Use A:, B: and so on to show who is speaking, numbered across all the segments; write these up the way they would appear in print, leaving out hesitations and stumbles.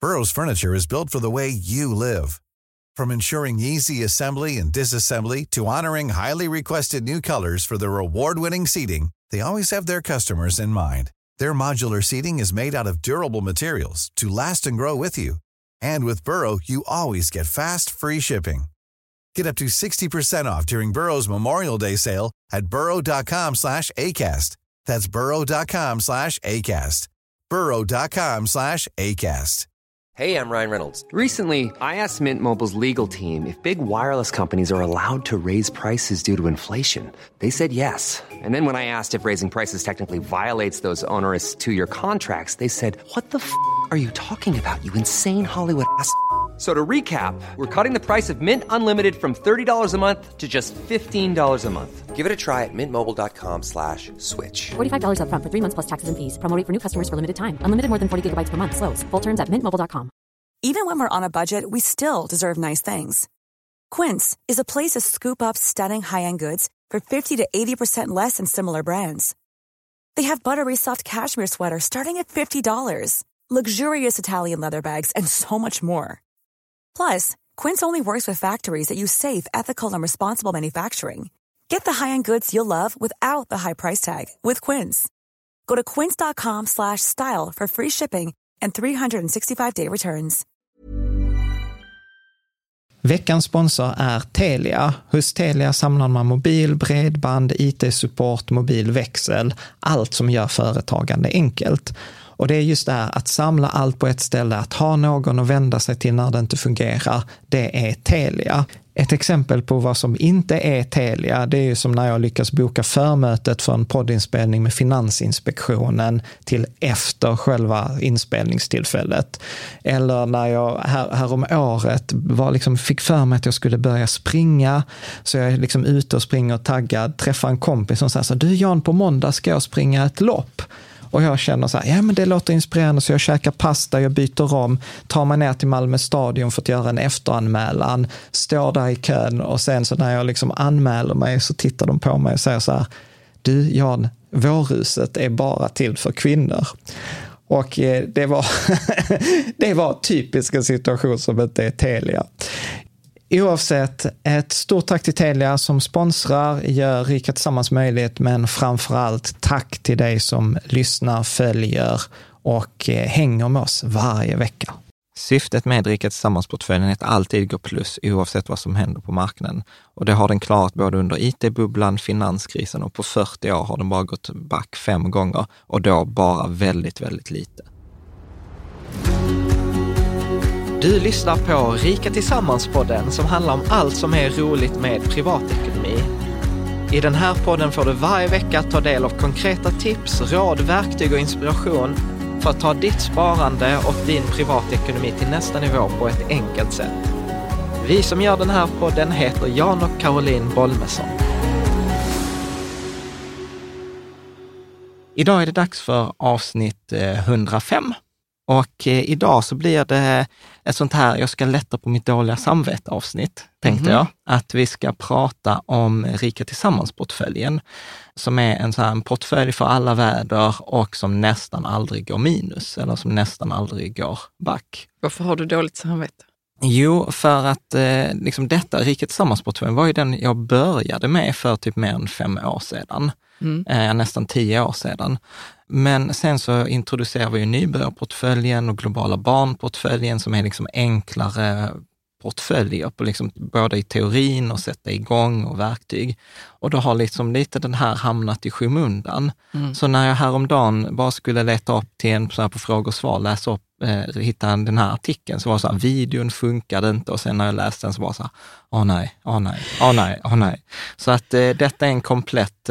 A: Burrow's furniture is built for the way you live. From ensuring easy assembly and disassembly to honoring highly requested new colors for their award-winning seating, they always have their customers in mind. Their modular seating is made out of durable materials to last and grow with you. And with Burrow, you always get fast, free shipping. Get up to 60% off during Burrow's Memorial Day sale at burrow.com/ACAST. That's burrow.com/ACAST. burrow.com/ACAST.
B: Hey, I'm Ryan Reynolds. Recently, I asked Mint Mobile's legal team if big wireless companies are allowed to raise prices due to inflation. They said yes. And then when I asked if raising prices technically violates those onerous two-year contracts, they said, "What the are you talking about, you insane Hollywood ass?" So to recap, we're cutting the price of Mint Unlimited from $30 a month to just $15 a month. Give it a try at mintmobile.com/switch.
C: $45 up front for 3 months plus taxes and fees. Promo rate for new customers for limited time. Unlimited more than 40 gigabytes per month. Slows full terms at mintmobile.com.
D: Even when we're on a budget, we still deserve nice things. Quince is a place to scoop up stunning high-end goods for 50 to 80% less than similar brands. They have buttery soft cashmere sweaters starting at $50, luxurious Italian leather bags, and so much more. Plus, Quince only works with factories that use safe, ethical, and responsible manufacturing. Get the high-end goods you'll love without the high price tag with Quince. Go to quince.com/style for free shipping and 365-day returns.
E: Veckans sponsor är Telia. Hos Telia samlar man mobil, bredband, IT-support, mobilväxel, allt som gör företagande enkelt. Och det är just det här att samla allt på ett ställe, att ha någon att vända sig till när det inte fungerar, det är Telia. Ett exempel på vad som inte är Telia, det är ju som när jag lyckas boka förmötet för en poddinspelning med Finansinspektionen till efter själva inspelningstillfället. Eller när jag här om året fick för mig att jag skulle börja springa, så jag är liksom ute och springer och taggad, träffar en kompis som säger så: "Du Jan, på måndag ska jag springa ett lopp." Och jag känner så här, ja men det låter inspirerande, så jag käkar pasta, jag byter om, tar mig ner till Malmö stadion för att göra en efteranmälan, står där i kön, och sen så när jag liksom anmäler mig så tittar de på mig och säger så här: "Du Jan, vårhuset är bara till för kvinnor." Och det var typiska situation som inte är Telia. Oavsett, ett stort tack till Telia som sponsrar, gör Rika Tillsammans möjligt, men framförallt tack till dig som lyssnar, följer och hänger med oss varje vecka. Syftet med Rika Tillsammans-portföljen är att alltid gå plus oavsett vad som händer på marknaden. Och det har den klarat både under IT-bubblan, finanskrisen, och på 40 år har den bara gått back 5 gånger, och då bara väldigt, väldigt lite. Du lyssnar på Rika Tillsammans-podden som handlar om allt som är roligt med privatekonomi. I den här podden får du varje vecka ta del av konkreta tips, råd, verktyg och inspiration för att ta ditt sparande och din privatekonomi till nästa nivå på ett enkelt sätt. Vi som gör den här podden heter Jan och Caroline Bolmesson. Idag är det dags för avsnitt 105. Och idag så blir det ett sånt här, jag ska lätta på mitt dåliga samvete avsnitt, tänkte jag. Att vi ska prata om Rika Tillsammans-portföljen, som är en portfölj för alla väder och som nästan aldrig går minus, eller som nästan aldrig går back.
F: Varför har du dåligt samvete?
E: Jo, för att detta Rika Tillsammans-portföljen var ju den jag började med för typ mer än 5 år sedan. Nästan 10 år sedan. Men sen så introducerar vi ju nybörjarportföljen och globala barnportföljen som är liksom enklare portföljer på både i teorin och sätta igång och verktyg. Och då har lite den här hamnat i skymundan. Så när jag häromdagen bara skulle leta upp till en så här på frågor och svar, läsa upp, hitta den här artikeln, så var det så här, videon funkade inte, och sen när jag läste den så var det så här, nej. Så att detta är en komplett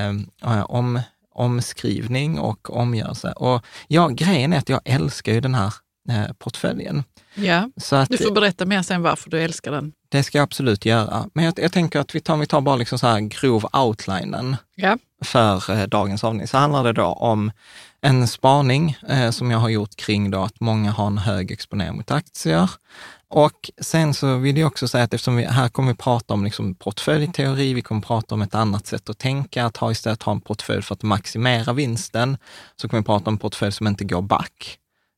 E: omskrivning och omgörelse. Och grejen är att jag älskar ju den här portföljen.
F: Ja, så att, du får berätta mer sen varför du älskar den.
E: Det ska jag absolut göra. Men jag tänker att vi tar bara så här grov outlinen för dagens avsnitt. Så handlar det då om en spaning som jag har gjort kring då att många har en hög exponering mot aktier. Och sen så vill jag också säga att eftersom här kommer vi prata om portföljteori, vi kommer prata om ett annat sätt att tänka, att istället ha en portfölj för att maximera vinsten, så kommer vi prata om en portfölj som inte går back.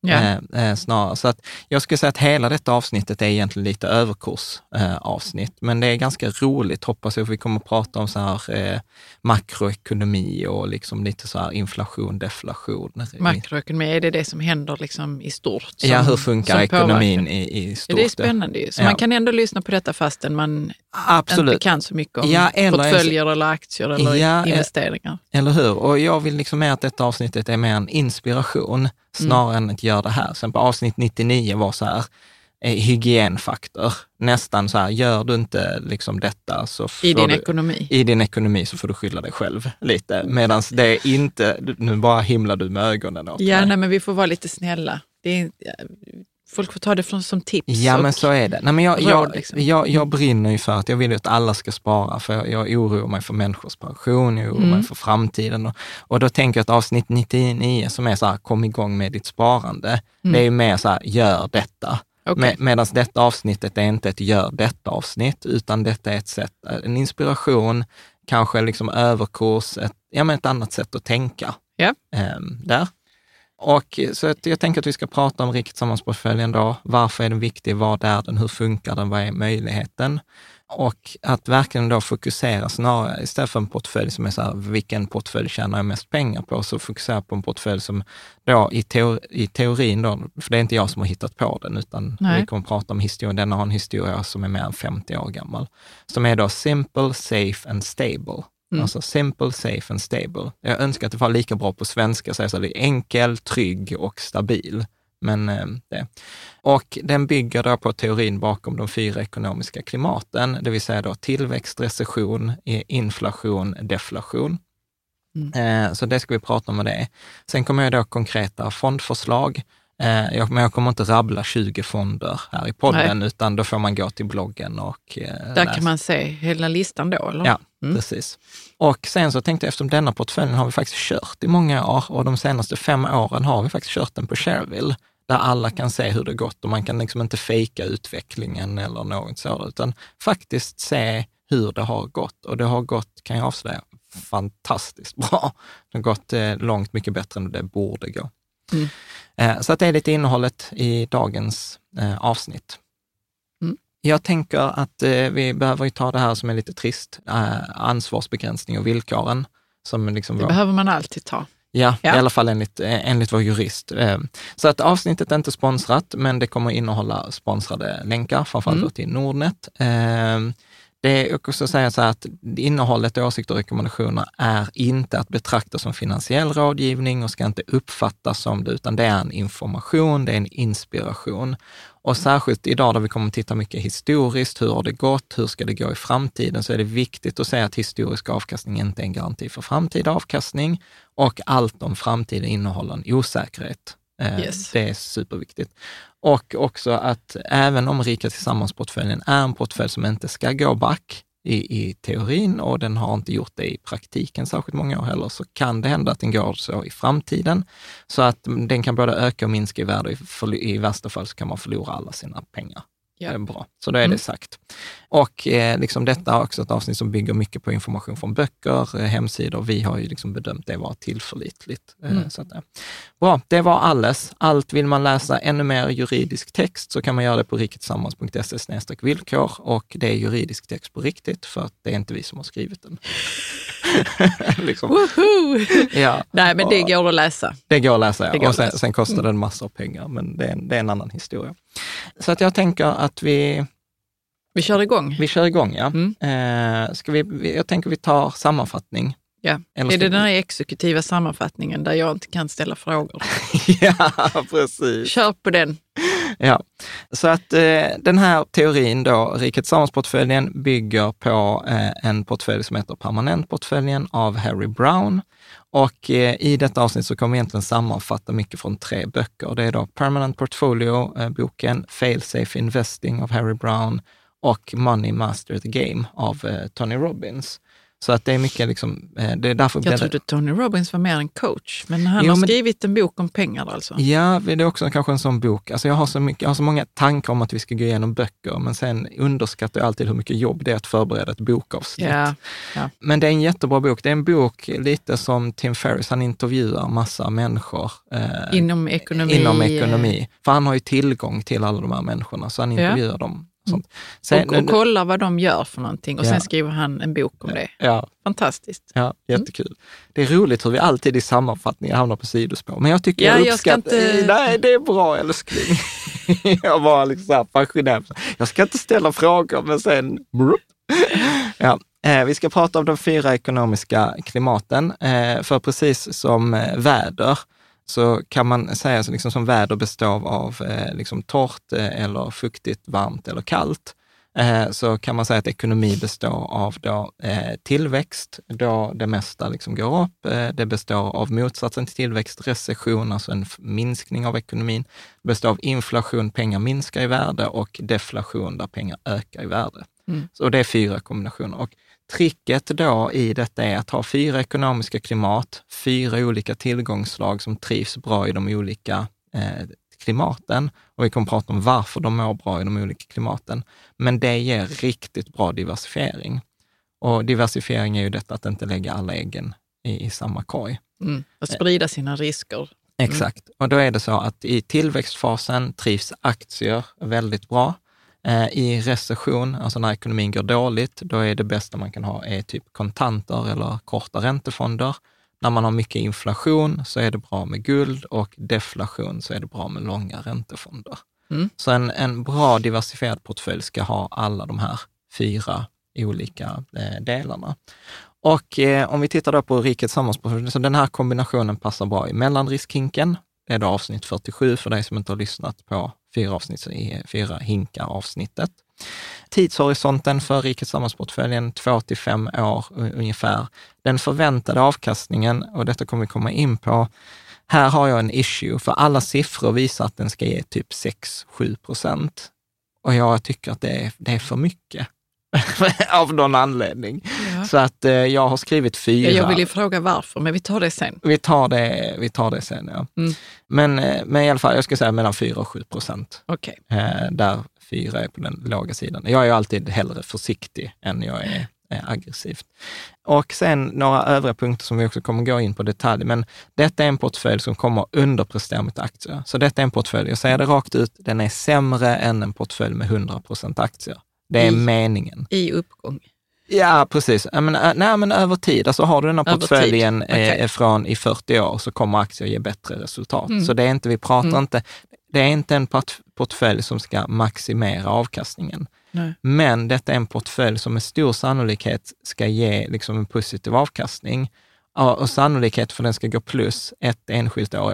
E: Snarare. Så att jag skulle säga att hela detta avsnittet är egentligen lite överkursavsnitt, men det är ganska roligt, hoppas jag, att vi kommer att prata om så här makroekonomi och liksom lite så här inflation, deflation.
F: Makroekonomi, är det som händer liksom i stort?
E: Ja, hur funkar ekonomin i stort?
F: Det är spännande ju. Så man kan ändå lyssna på detta fastän man inte kan så mycket om portföljer eller aktier eller investeringar. Eller
E: hur? Och jag vill liksom med att detta avsnittet är mer en inspiration snarare än att göra det här. Sen på avsnitt 99 var så här hygienfaktor. Nästan så här, gör du inte liksom detta så får i din ekonomi så får du skylla dig själv lite. Medan det är inte, nu bara himlar du med ögonen åt
F: mig. Nej, men vi får vara lite snälla. Det är, folk får ta det som tips.
E: Ja, men så är det. Nej, men jag brinner ju för att jag vill att alla ska spara, för jag oroar mig för människors pension, jag oroar mig för framtiden. Och då tänker jag att avsnitt 99 som är så här, kom igång med ditt sparande, det är ju mer så här, gör detta. Okay. Medan detta avsnittet är inte ett gör detta avsnitt, utan detta är ett sätt, en inspiration, kanske liksom överkurs, ett annat sätt att tänka. Där. Och så jag tänker att vi ska prata om Riket Sammansportföljen då. Varför är den viktig? Vad är den? Hur funkar den? Vad är möjligheten? Och att verkligen då fokusera snarare, istället för en portfölj som är så här, vilken portfölj tjänar jag mest pengar på? Så fokusera på en portfölj som då i teorin då, för det är inte jag som har hittat på den, utan vi kommer att prata om historien. Den har en historia som är mer än 50 år gammal. Som är då simple, safe and stable. Alltså simple, safe and stable. Jag önskar att det var lika bra på svenska, så det är enkel, trygg och stabil. Men det. Och den bygger då på teorin bakom de 4 ekonomiska klimaten, det vill säga då tillväxt, recession, inflation, deflation. Så det ska vi prata om med det. Sen kommer jag då konkreta fondförslag. Men jag kommer inte rabbla 20 fonder här i podden, utan då får man gå till bloggen och
F: där kan man se hela listan då, eller?
E: Ja, precis. Och sen så tänkte jag, eftersom denna portföljen har vi faktiskt kört i många år, och de senaste 5 åren har vi faktiskt kört den på Shareville, där alla kan se hur det gått, och man kan liksom inte fejka utvecklingen eller något så, utan faktiskt se hur det har gått. Och det har gått, kan jag avslöja, fantastiskt bra. Det har gått långt mycket bättre än det borde gå. Så att det är lite innehållet i dagens avsnitt. Jag tänker att vi behöver ta det här som är lite trist, ansvarsbegränsning och villkoren. Som liksom
F: behöver man alltid ta.
E: Ja, i alla fall enligt vår jurist. Så att avsnittet är inte sponsrat, men det kommer innehålla sponsrade länkar, framförallt till Nordnet. Det är också att säga så här att innehållet i åsikter och rekommendationer är inte att betrakta som finansiell rådgivning och ska inte uppfattas som det, utan det är en information, det är en inspiration. Och särskilt idag där vi kommer att titta mycket historiskt, hur har det gått, hur ska det gå i framtiden, så är det viktigt att säga att historisk avkastning inte är en garanti för framtida avkastning, och allt om framtiden innehåller en osäkerhet. Det är superviktigt. Och också att även om Rika Tillsammans-portföljen är en portfölj som inte ska gå back i teorin, och den har inte gjort det i praktiken särskilt många år heller, så kan det hända att den går så i framtiden. Så att den kan både öka och minska i värde, i värsta fall så kan man förlora alla sina pengar. Ja. Det är bra. Så då är det sagt. Och liksom detta är också ett avsnitt som bygger mycket på information från böcker, hemsidor. Vi har ju liksom bedömt det vara tillförlitligt. Så att, bra, det var alles. Allt vill man läsa ännu mer juridisk text så kan man göra det på riketillsammans.se/villkor, och det är juridisk text på riktigt, för att det är inte vi som har skrivit den.
F: liksom. Ja. Nej, men det går att läsa.
E: Det går att läsa, ja. Och sen kostar det en massa pengar, men det är en annan historia. Så att jag tänker att vi
F: kör igång.
E: Vi kör igång, ja. Jag tänker vi tar sammanfattning.
F: Ja, är det den här exekutiva sammanfattningen där jag inte kan ställa frågor?
E: Ja, precis.
F: Kör på den.
E: Ja, så att den här teorin då, Rika Tillsammans-portföljen, bygger på en portfölj som heter Permanentportföljen av Harry Browne. Och i detta avsnitt så kommer vi egentligen sammanfatta mycket från 3 böcker. Det är då Permanent Portfolio, boken Fail-Safe Investing av Harry Browne och Money Master the Game av Tony Robbins. Så att det är mycket liksom, det är därför...
F: Jag trodde Tony Robbins var mer en coach, men han har skrivit en bok om pengar alltså.
E: Ja, det är också kanske en sån bok. Alltså jag har så många tankar om att vi ska gå igenom böcker, men sen underskattar jag alltid hur mycket jobb det är att förbereda ett bokavsnitt.
F: Ja.
E: Men det är en jättebra bok. Det är en bok lite som Tim Ferriss, han intervjuar massa människor.
F: Inom ekonomi.
E: För han har ju tillgång till alla de här människorna, så han intervjuar dem. Sånt.
F: Sen, och kolla vad de gör för någonting. Och sen skriver han en bok om det.
E: Ja.
F: Fantastiskt.
E: Ja, jättekul. Det är roligt hur vi alltid i sammanfattningar hamnar på sidospår. Men jag tycker jag uppskattar... Nej, det är bra, älskling. Jag var liksom så här passionerad. Jag ska inte ställa frågor, men sen... Ja. Vi ska prata om de 4 ekonomiska klimaten. För precis som väder så kan man säga att liksom som väder består av liksom torrt eller fuktigt, varmt eller kallt. Så kan man säga att ekonomi består av då, tillväxt, då det mesta liksom går upp. Det består av motsatsen till tillväxt, recession, alltså en minskning av ekonomin. Det består av inflation, pengar minskar i värde, och deflation, där pengar ökar i värde. Så det är 4 kombinationer. Och tricket då i detta är att ha 4 ekonomiska klimat, 4 olika tillgångsslag som trivs bra i de olika klimaten. Och vi kommer prata om varför de mår bra i de olika klimaten. Men det ger riktigt bra diversifiering. Och diversifiering är ju detta att inte lägga alla äggen i samma korg.
F: Att sprida sina risker.
E: Exakt. Och då är det så att i tillväxtfasen trivs aktier väldigt bra. I recession, alltså när ekonomin går dåligt, då är det bästa man kan ha är typ kontanter eller korta räntefonder. När man har mycket inflation så är det bra med guld, och deflation så är det bra med långa räntefonder. Så en bra diversifierad portfölj ska ha alla de här 4 olika delarna. Och om vi tittar då på rikets samhällsportfölj, så den här kombinationen passar bra i mellanriskhinken. Det är då avsnitt 47 för dig som inte har lyssnat på 4 avsnitt i 4 hinkar avsnittet. Tidshorisonten för rikets samhällsportföljen 2 till 5 år ungefär. Den förväntade avkastningen, och detta kommer vi komma in på. Här har jag en issue, för alla siffror visar att den ska ge typ 6-7%. Och jag tycker att det är för mycket. Av någon anledning. Ja. Så att jag har skrivit 4.
F: Jag vill ju fråga varför, men vi tar det sen.
E: Vi tar det sen, ja. Men i alla fall, jag ska säga mellan 4-7%.
F: Okay.
E: Där 4 är på den låga sidan. Jag är ju alltid hellre försiktig än jag är aggressivt. Och sen några övriga punkter som vi också kommer gå in på detalj. Men detta är en portfölj som kommer underprestera mot aktier. Så detta är en portfölj, jag säger det rakt ut, den är sämre än en portfölj med 100% aktier. Det är meningen.
F: I uppgång.
E: Ja, precis. Men över tid. Alltså har du den här portföljen från i 40 år så kommer aktier ge bättre resultat. Så det är inte, vi pratar inte, det är inte en portfölj som ska maximera avkastningen.
F: Nej. Men
E: detta är en portfölj som med stor sannolikhet ska ge liksom en positiv avkastning. Och sannolikhet för den ska gå plus ett enskilt år är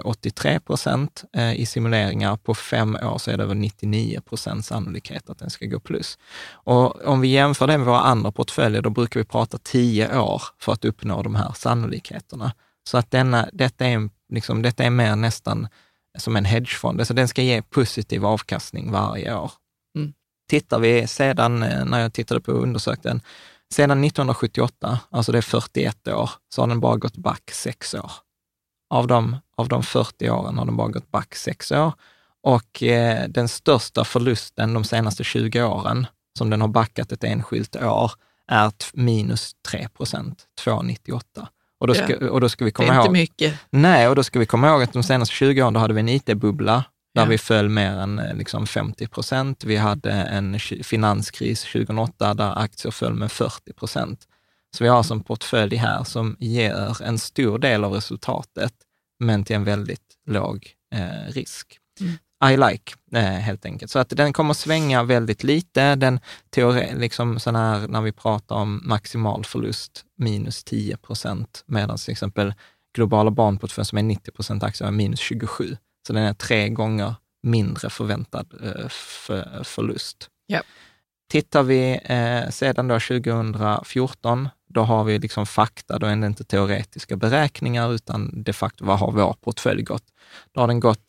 E: 83%. I simuleringar på 5 år så är det över 99% sannolikhet att den ska gå plus. Och om vi jämför det med våra andra portföljer, då brukar vi prata 10 år för att uppnå de här sannolikheterna. Så att detta är mer nästan som en hedgefond. Så den ska ge positiv avkastning varje år. Tittar vi sedan, när jag tittade på undersökningen, sedan 1978, alltså det är 41 år, så har den bara gått back 6 år. Av de 40 åren har den bara gått back 6 år. Och den största förlusten de senaste 20 åren, som den har backat ett enskilt år, är minus 3%, 2,98. Och då ska vi komma ihåg...
F: Det är inte mycket.
E: Nej, och då ska vi komma ihåg att de senaste 20 åren, då hade vi en IT-bubbla, där vi föll mer än liksom 50%. Vi hade en finanskris 2008 där aktier föll med 40%. Så vi har som portfölj här som ger en stor del av resultatet, men till en väldigt låg risk. I like, helt enkelt. Så att den kommer svänga väldigt lite. Den liksom sån här, när vi pratar om maximal förlust, minus 10%, medan till exempel globala barnportfölj som är 90% aktier är minus 27%. Så den är 3 gånger mindre förväntad förlust.
F: Yep.
E: Tittar vi sedan då 2014, då har vi liksom fakta, då är det inte teoretiska beräkningar utan de facto vad har vår portfölj gått. Då har den gått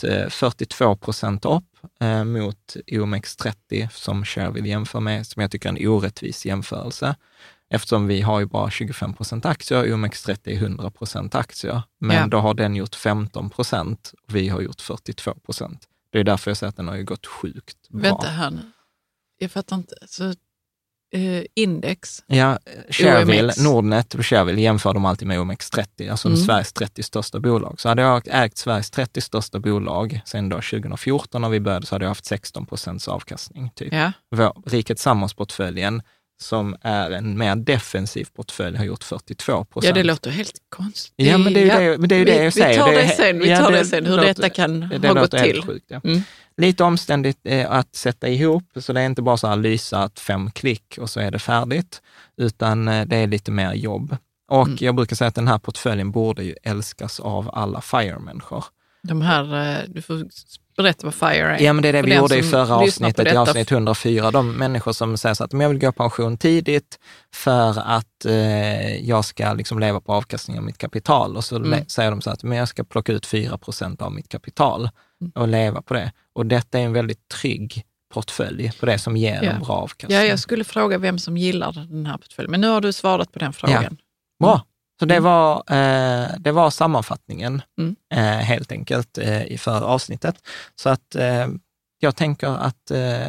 E: 42% upp mot OMX30 som Cher vill jämföra med, som jag tycker är en orättvis jämförelse. eftersom vi har ju bara 25% aktier, OMX30 är 100% aktier, men då har den gjort 15% och vi har gjort 42%. Det är därför jag säger att den har ju gått sjukt bra.
F: Vänta här nu. Jag fattar inte. Så, index?
E: Ja, Shareville, Nordnet och Shareville jämför de alltid med OMX30, alltså Sveriges 30 största bolag. Så hade jag ägt Sveriges 30 största bolag sen då 2014 när vi började, så hade jag haft 16% avkastning. Typ. Ja. Riket Samhällsportföljen, som är en mer defensiv portfölj, har gjort 42%.
F: Ja, det låter helt konstigt.
E: Ja, men det är ju det jag säger.
F: Vi tar det sen, hur detta kan ha gått till.
E: Sjukt, ja. Lite omständigt att sätta ihop, så det är inte bara så här lysa 5 klick och så är det färdigt, utan det är lite mer jobb. Och jag brukar säga att den här portföljen borde ju älskas av alla FIRE-människor.
F: De här, du får berätta vad FIRE är.
E: Ja, men det är det vi gjorde i förra avsnittet, i avsnitt 104. De människor som säger så att jag vill gå pension tidigt för att jag ska liksom leva på avkastning av mitt kapital. Och så säger de så att men jag ska plocka ut 4% av mitt kapital och leva på det. Och detta är en väldigt trygg portfölj på det som ger en bra avkastning.
F: Ja, jag skulle fråga vem som gillar den här portföljen, men nu har du svarat på den frågan.
E: Ja. Bra. Så det var sammanfattningen helt enkelt i förra avsnittet. Så att jag tänker att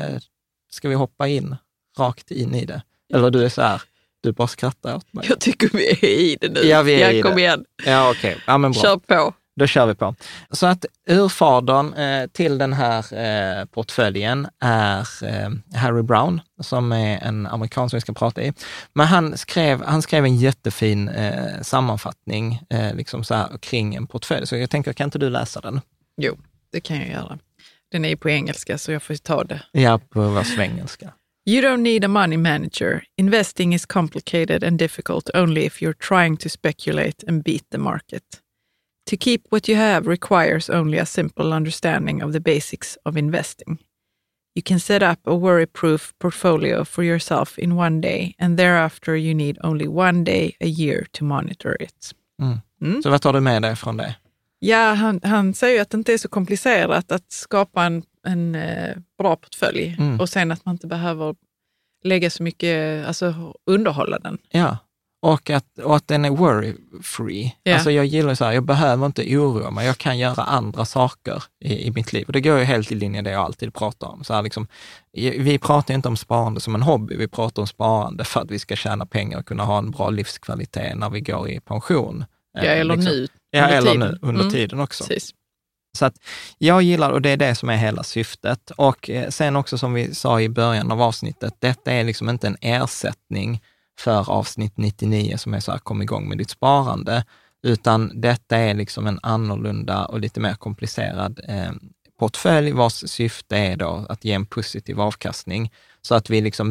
E: ska vi hoppa rakt in i det? Eller du är så här, du bara skrattar åt mig.
F: Jag tycker vi är i det nu.
E: Ja, vi är i det.
F: Kom igen.
E: Ja, okej. Ja, men bra.
F: Kör på.
E: Då kör vi på. Så att urfadern till den här portföljen är Harry Brown, som är en amerikan som vi ska prata i. Men han skrev en jättefin sammanfattning liksom så här, kring en portfölj. Så jag tänker, kan inte du läsa den?
F: Jo, det kan jag göra. Den är på engelska, så jag får ta det.
E: Ja, på svengelska.
F: You don't need a money manager. Investing is complicated and difficult only if you're trying to speculate and beat the market. To keep what you have requires only a simple understanding of the basics of investing. You can set up a worry-proof portfolio for yourself in one day, and thereafter you need only one day a year to monitor it.
E: Så vad tar du med dig från det?
F: Ja, han säger att det inte är så komplicerat att skapa en bra portfölj och sen att man inte behöver lägga så mycket, alltså underhålla den.
E: Ja. Och att den är worry-free. Yeah. Alltså jag gillar så här, jag behöver inte oroa mig, jag kan göra andra saker i mitt liv. Och det går ju helt i linje det jag alltid pratar om. Så här liksom, vi pratar inte om sparande som en hobby, vi pratar om sparande för att vi ska tjäna pengar och kunna ha en bra livskvalitet när vi går i pension.
F: Ja, eller liksom, nu.
E: Ja, eller nu, under tiden också.
F: Precis.
E: Så att jag gillar, och det är det som är hela syftet. Och sen också som vi sa i början av avsnittet, detta är liksom inte en ersättning för avsnitt 99 som är så här, kom igång med ditt sparande, utan detta är liksom en annorlunda och lite mer komplicerad portfölj vars syfte är då att ge en positiv avkastning så att vi liksom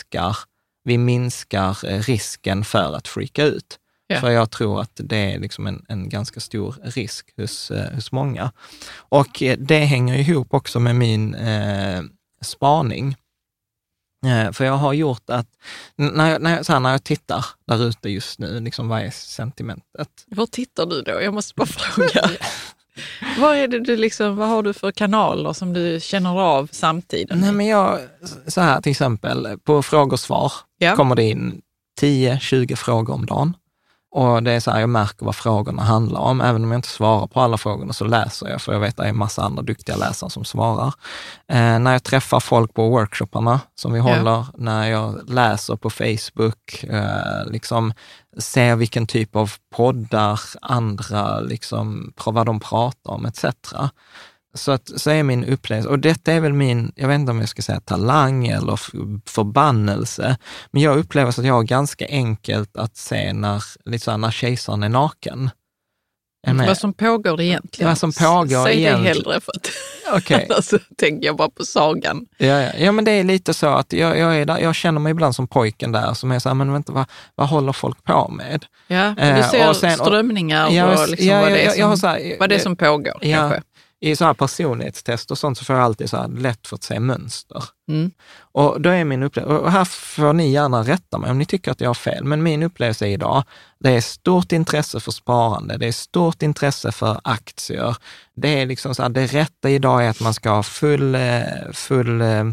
E: minskar risken för att freaka ut. Yeah. För jag tror att det är liksom en ganska stor risk hos många. Och det hänger ihop också med min spaning. För jag har gjort att när jag tittar där ute just nu, liksom, vad är sentimentet?
F: Vad tittar du då? Jag måste bara fråga. Vad är det du liksom, vad har du för kanaler som du känner av samtiden?
E: Nej, men jag, så här till exempel, på frågor och svar kommer det in 10-20 frågor om dagen. Och det är så här, jag märker vad frågorna handlar om. Även om jag inte svarar på alla frågorna så läser jag, för jag vet att det är en massa andra duktiga läsare som svarar. När jag träffar folk på workshopparna som vi håller, när jag läser på Facebook, liksom ser vilken typ av poddar andra, liksom, vad de pratar om, etc. Så är min upplevelse, och detta är väl min, jag vet inte om jag ska säga talang eller förbannelse, men jag upplever så att jag har ganska enkelt att se när kejsaren är naken.
F: Vad som pågår egentligen.
E: Vad som pågår
F: Säg
E: egentligen.
F: det hellre, för att alltså, tänker jag bara på sagan.
E: Ja, men det är lite så att jag känner mig ibland som pojken där som är så här, men vänta, vad håller folk på med?
F: Ja, du ser och sen, strömningar och liksom vad det är som pågår kanske.
E: I så här personlighetstest och sånt så får jag alltid så här lätt för att se mönster. Och då är min upplevelse, och här får ni gärna rätta mig om ni tycker att jag har fel, men min upplevelse idag, det är stort intresse för sparande, det är stort intresse för aktier. Det är liksom så här, det rätta idag är att man ska ha full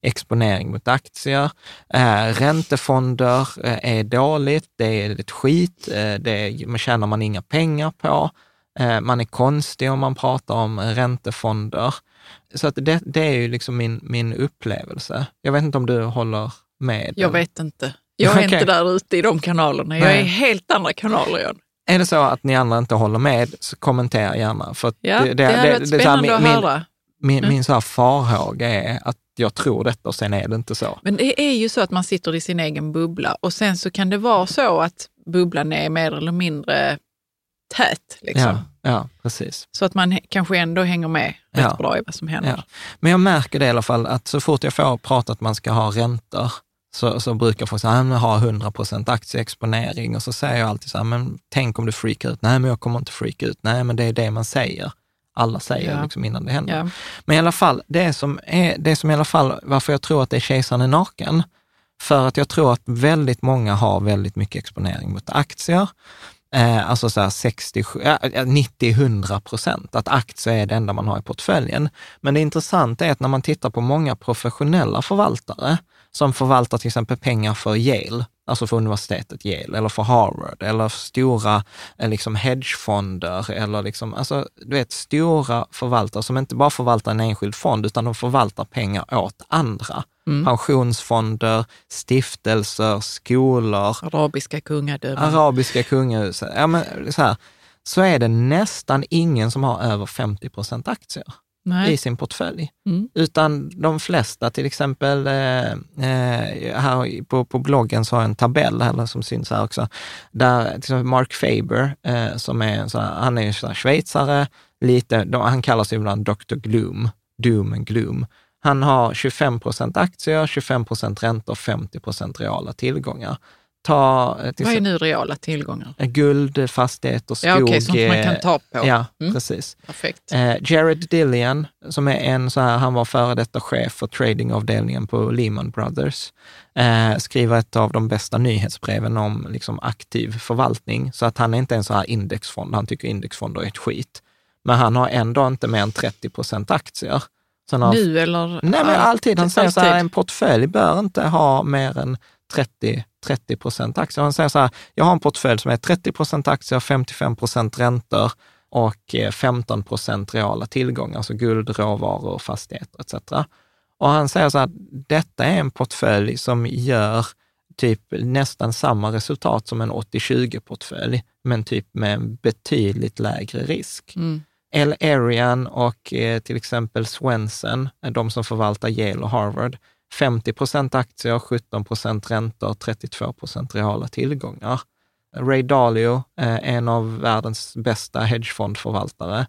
E: exponering mot aktier. Räntefonder är dåligt, det är ett skit, man tjänar man inga pengar på. Man är konstig om man pratar om räntefonder. Så att det är ju liksom min upplevelse. Jag vet inte om du håller med.
F: Jag vet inte. Jag är inte där ute i de kanalerna. Jag är helt andra kanaler, John.
E: Är det så att ni andra inte håller med, så kommentera gärna. För
F: det hade varit spännande att höra.
E: Min så här farhåga är att jag tror detta och sen är det inte så.
F: Men det är ju så att man sitter i sin egen bubbla och sen så kan det vara så att bubblan är mer eller mindre tät. Liksom.
E: Ja, precis.
F: Så att man kanske ändå hänger med rätt bra i vad som händer. Ja.
E: Men jag märker det i alla fall att så fort jag får prata att man ska ha räntor så brukar folk säga att man har 100% aktieexponering och så säger jag alltid så här, men tänk om du freakar ut. Nej, men jag kommer inte freaka ut. Nej, men det är det man säger. Alla säger liksom innan det händer. Ja. Men i alla fall, det som i alla fall, varför jag tror att det är kejsaren är naken, för att jag tror att väldigt många har väldigt mycket exponering mot aktier. Alltså så här 90-100%, att aktier är det enda man har i portföljen. Men det intressanta är att när man tittar på många professionella förvaltare som förvaltar till exempel pengar för Yale, alltså för universitetet Yale, eller för Harvard, eller stora liksom hedgefonder, eller liksom, alltså du vet, stora förvaltare som inte bara förvaltar en enskild fond, utan de förvaltar pengar åt andra. Pensionsfonder, stiftelser, skolor.
F: Arabiska kungahuset.
E: Ja, men så är det nästan ingen som har över 50% aktier i sin portfölj. Utan de flesta, till exempel här på bloggen så har jag en tabell eller som syns här också, där till exempel Mark Faber, som är han är så här schweizare, han kallar sig ibland Dr. Gloom, Doom and Gloom. Han har 25% aktier, 25% räntor, 50% reala tillgångar. Vad
F: är nu reala tillgångar?
E: Guld, fastigheter, skog.
F: Ja, okej, sånt man kan ta på.
E: Ja, precis.
F: Perfekt.
E: Jared Dillian, som är han var före detta chef för tradingavdelningen på Lehman Brothers, skriver ett av de bästa nyhetsbreven om liksom aktiv förvaltning. Så att han är inte en så här indexfond, han tycker indexfonder är ett skit. Men han har ändå inte mer än 30% aktier.
F: Nu eller?
E: Nej, men alltid. Han säger så här, en portfölj bör inte ha mer än 30% aktier. Han säger så här, jag har en portfölj som är 30% aktier, 55% räntor och 15% reala tillgångar, alltså guld, råvaror, fastigheter etc. Och han säger så här, detta är en portfölj som gör typ nästan samma resultat som en 80-20-portfölj, men typ med en betydligt lägre risk. Arian och till exempel Swensen, de som förvaltar Yale och Harvard, 50% aktier, 17% räntor, 32% reala tillgångar. Ray Dalio, en av världens bästa hedgefondförvaltare,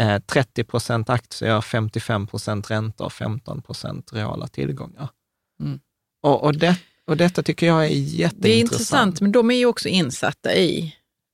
E: 30% aktier, 55% räntor, 15% reala tillgångar. Och detta tycker jag är jätteintressant.
F: Det är intressant, men de är ju också insatta i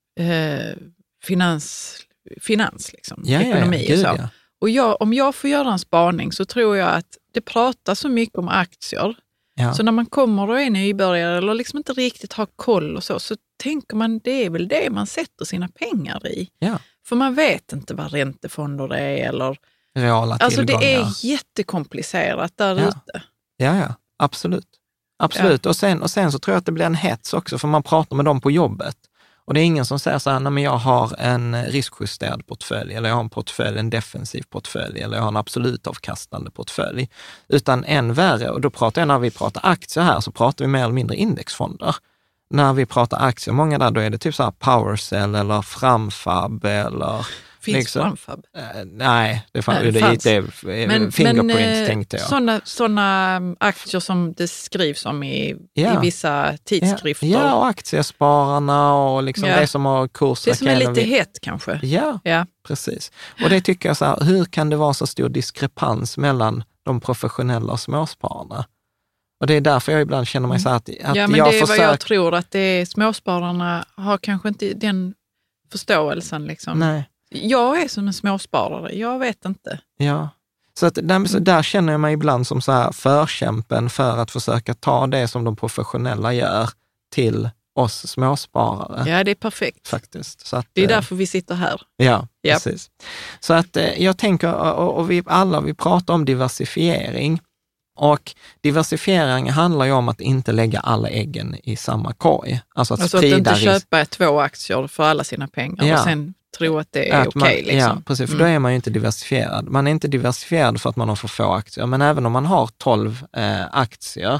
F: finans liksom, ekonomi och så. Ja. Och om jag får göra en spaning så tror jag att det pratas så mycket om aktier. Ja. Så när man kommer och är nybörjare eller liksom inte riktigt har koll och så tänker man det är väl det man sätter sina pengar i. Ja. För man vet inte vad räntefonder är eller
E: reala tillgångar.
F: Alltså det är jättekomplicerat där ute.
E: Ja, absolut. Ja. Och sen så tror jag att det blir en hets också, för man pratar med dem på jobbet. Och det är ingen som säger så här, nej men jag har en riskjusterad portfölj, eller jag har en portfölj, en defensiv portfölj, eller jag har en absolut avkastande portfölj. Utan än värre, och då pratar jag, när vi pratar aktier här, så pratar vi mer eller mindre indexfonder. När vi pratar aktier, många där, då är det typ så här PowerCell eller Framfab eller...
F: Finns liksom, Framfab?
E: Nej, det fanns. Fingerprint tänkte jag.
F: Sådana aktier som det skrivs om i vissa tidskrifter.
E: Ja, och aktiespararna och liksom det som har kurser.
F: Det som är lite hett kanske.
E: Ja, precis. Och det tycker jag så här, hur kan det vara så stor diskrepans mellan de professionella och småspararna? Och det är därför jag ibland känner mig så här att
F: ja, men det är vad jag tror, att det är småspararna har kanske inte den förståelsen liksom.
E: Nej.
F: Jag är som en småsparare, jag vet inte.
E: Ja, så att där känner jag mig ibland som så här förkämpen för att försöka ta det som de professionella gör till oss småsparare.
F: Ja, det är perfekt.
E: Faktiskt. Så att,
F: det är därför vi sitter här.
E: Ja, precis. Så att jag tänker, och vi pratar om diversifiering. Och diversifiering handlar ju om att inte lägga alla äggen i samma korg. Alltså att sprida
F: inte köpa 2 aktier för alla sina pengar och sen tro att det är okej. Liksom.
E: Ja, precis. För då är man ju inte diversifierad. Man är inte diversifierad för att man har för få aktier. Men även om man har 12 aktier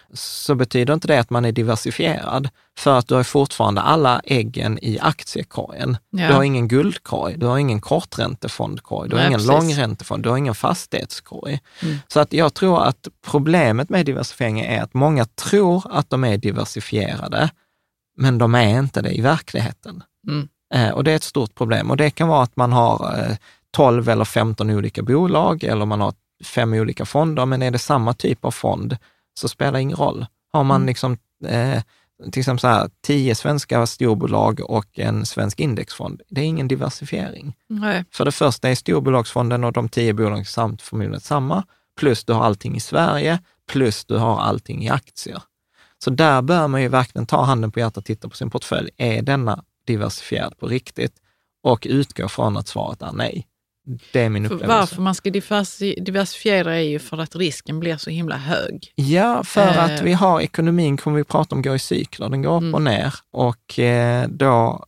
E: så betyder inte det att man är diversifierad. För att du har fortfarande alla äggen i aktiekorgen. Ja. Du har ingen guldkorg, du har ingen korträntefondkorg, du har ingen långräntefond, du har ingen fastighetskorg. Så att jag tror att problemet med diversifiering är att många tror att de är diversifierade, men de är inte det i verkligheten. Och det är ett stort problem. Och det kan vara att man har 12 eller 15 olika bolag eller man har 5 olika fonder, men är det samma typ av fond så spelar det ingen roll. Har man liksom till exempel så här 10 svenska storbolag och en svensk indexfond, det är ingen diversifiering. Nej. För det första är storbolagsfonden och de 10 bolagen samt förmodligen samma, plus du har allting i Sverige, plus du har allting i aktier. Så där bör man ju verkligen ta handen på hjärtat och titta på sin portfölj. Är denna diversifierad på riktigt? Och utgå från att svaret är nej. Det är min upplevelse.
F: Varför man ska diversifiera är ju för att risken blir så himla hög.
E: Ja, för att vi har ekonomin, kommer vi prata om, går i cykler. Den går upp och ner och då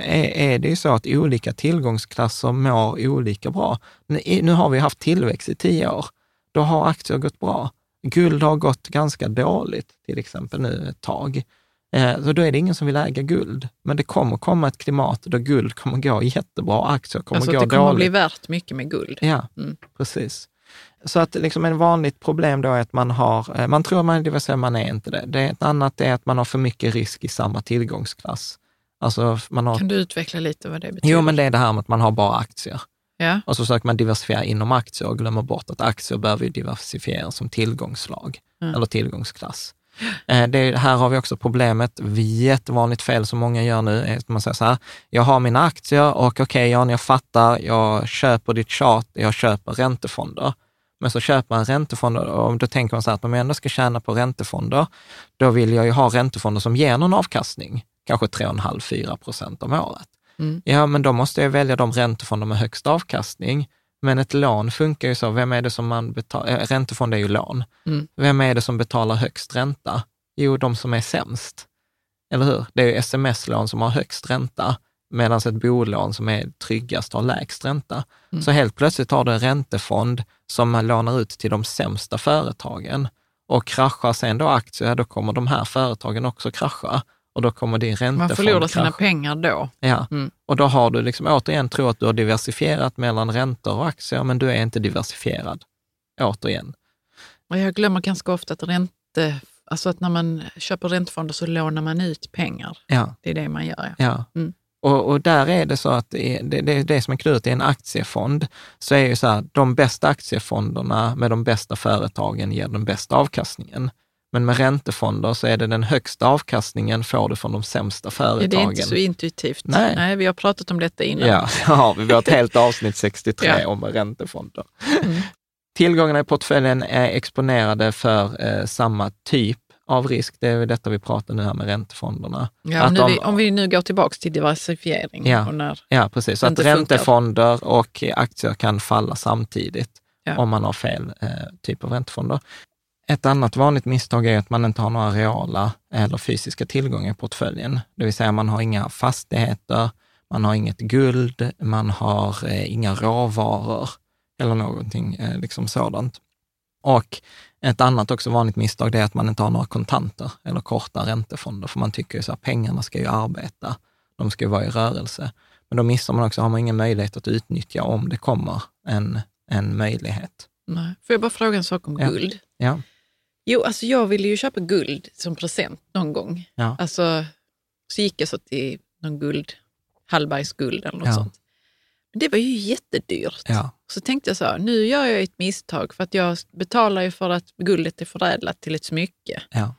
E: är det ju så att olika tillgångsklasser mår olika bra. Nu har vi haft tillväxt i 10 år. Då har aktier gått bra. Guld har gått ganska dåligt till exempel nu ett tag. Så då är det ingen som vill äga guld. Men det kommer komma ett klimat där guld kommer gå jättebra, aktier kommer gå dåligt.
F: Alltså det kommer bli värt mycket med guld.
E: Ja, precis. Så att liksom en vanligt problem då är att man tror man är diversifierad, man är inte det. Det är ett annat är att man har för mycket risk i samma tillgångsklass. Alltså
F: Kan du utveckla lite vad det betyder?
E: Jo, men det är det här med att man har bara aktier.
F: Ja.
E: Och så försöker man diversifiera inom aktier och glömmer bort att aktier behöver ju diversifiera som tillgångslag eller tillgångsklass. Här har vi också problemet, jättevanligt fel som många gör nu, är att man säger så här, jag har mina aktier och okej, Jan, jag fattar, jag köper ditt chart, jag köper räntefonder. Men så köper man räntefonder och då tänker man så här att om jag ändå ska tjäna på räntefonder, då vill jag ju ha räntefonder som ger någon avkastning, kanske 3,5-4% om året. Ja, men då måste jag välja de räntefonder med högst avkastning. Men ett lån funkar ju så, vem är det som man betalar, räntefond är ju lån. Vem är det som betalar högst ränta? Jo, de som är sämst. Eller hur? Det är ju sms-lån som har högst ränta, medan ett bolån som är tryggast har lägst ränta. Så helt plötsligt har du en räntefond som man lånar ut till de sämsta företagen. Och kraschar sen då aktier, då kommer de här företagen också krascha. Och då kommer din räntefond
F: man förlorar sina pengar då.
E: Ja, och då har du liksom återigen tror att du har diversifierat mellan räntor och aktier, men du är inte diversifierad. Återigen.
F: Och jag glömmer ganska ofta att alltså att när man köper räntefonder så lånar man ut pengar.
E: Ja.
F: Det är det man gör.
E: Ja. Och där är det så att det som är klutet i en aktiefond, så är ju så här, de bästa aktiefonderna med de bästa företagen ger den bästa avkastningen. Men med räntefonder så är det den högsta avkastningen får du från de sämsta företagen.
F: Det är inte så intuitivt. Nej, vi har pratat om detta innan.
E: Ja, vi har ett helt avsnitt 63 om räntefonder. Tillgångarna i portföljen är exponerade för samma typ av risk. Det är detta vi pratar nu här med räntefonderna.
F: Ja, om vi nu går tillbaka till diversifiering.
E: Ja, precis. Så att räntefonder och aktier kan falla samtidigt om man har fel typ av räntefonder. Ett annat vanligt misstag är att man inte har några reala eller fysiska tillgångar i portföljen. Det vill säga man har inga fastigheter, man har inget guld, man har inga råvaror eller någonting liksom sådant. Och ett annat också vanligt misstag är att man inte har några kontanter eller korta räntefonder, för man tycker ju så här, pengarna ska ju arbeta, de ska ju vara i rörelse. Men då missar man också, har man ingen möjlighet att utnyttja om det kommer en möjlighet.
F: Nej. Får jag bara fråga en sak om guld?
E: Ja.
F: Jo, alltså jag ville ju köpa guld som present någon gång.
E: Ja.
F: Alltså, så gick jag så till någon Hallbergsguld eller något sånt. Men det var ju jättedyrt.
E: Ja.
F: Så tänkte jag så här, nu gör jag ett misstag för att jag betalar ju för att guldet är förädlat till ett smycke.
E: Ja.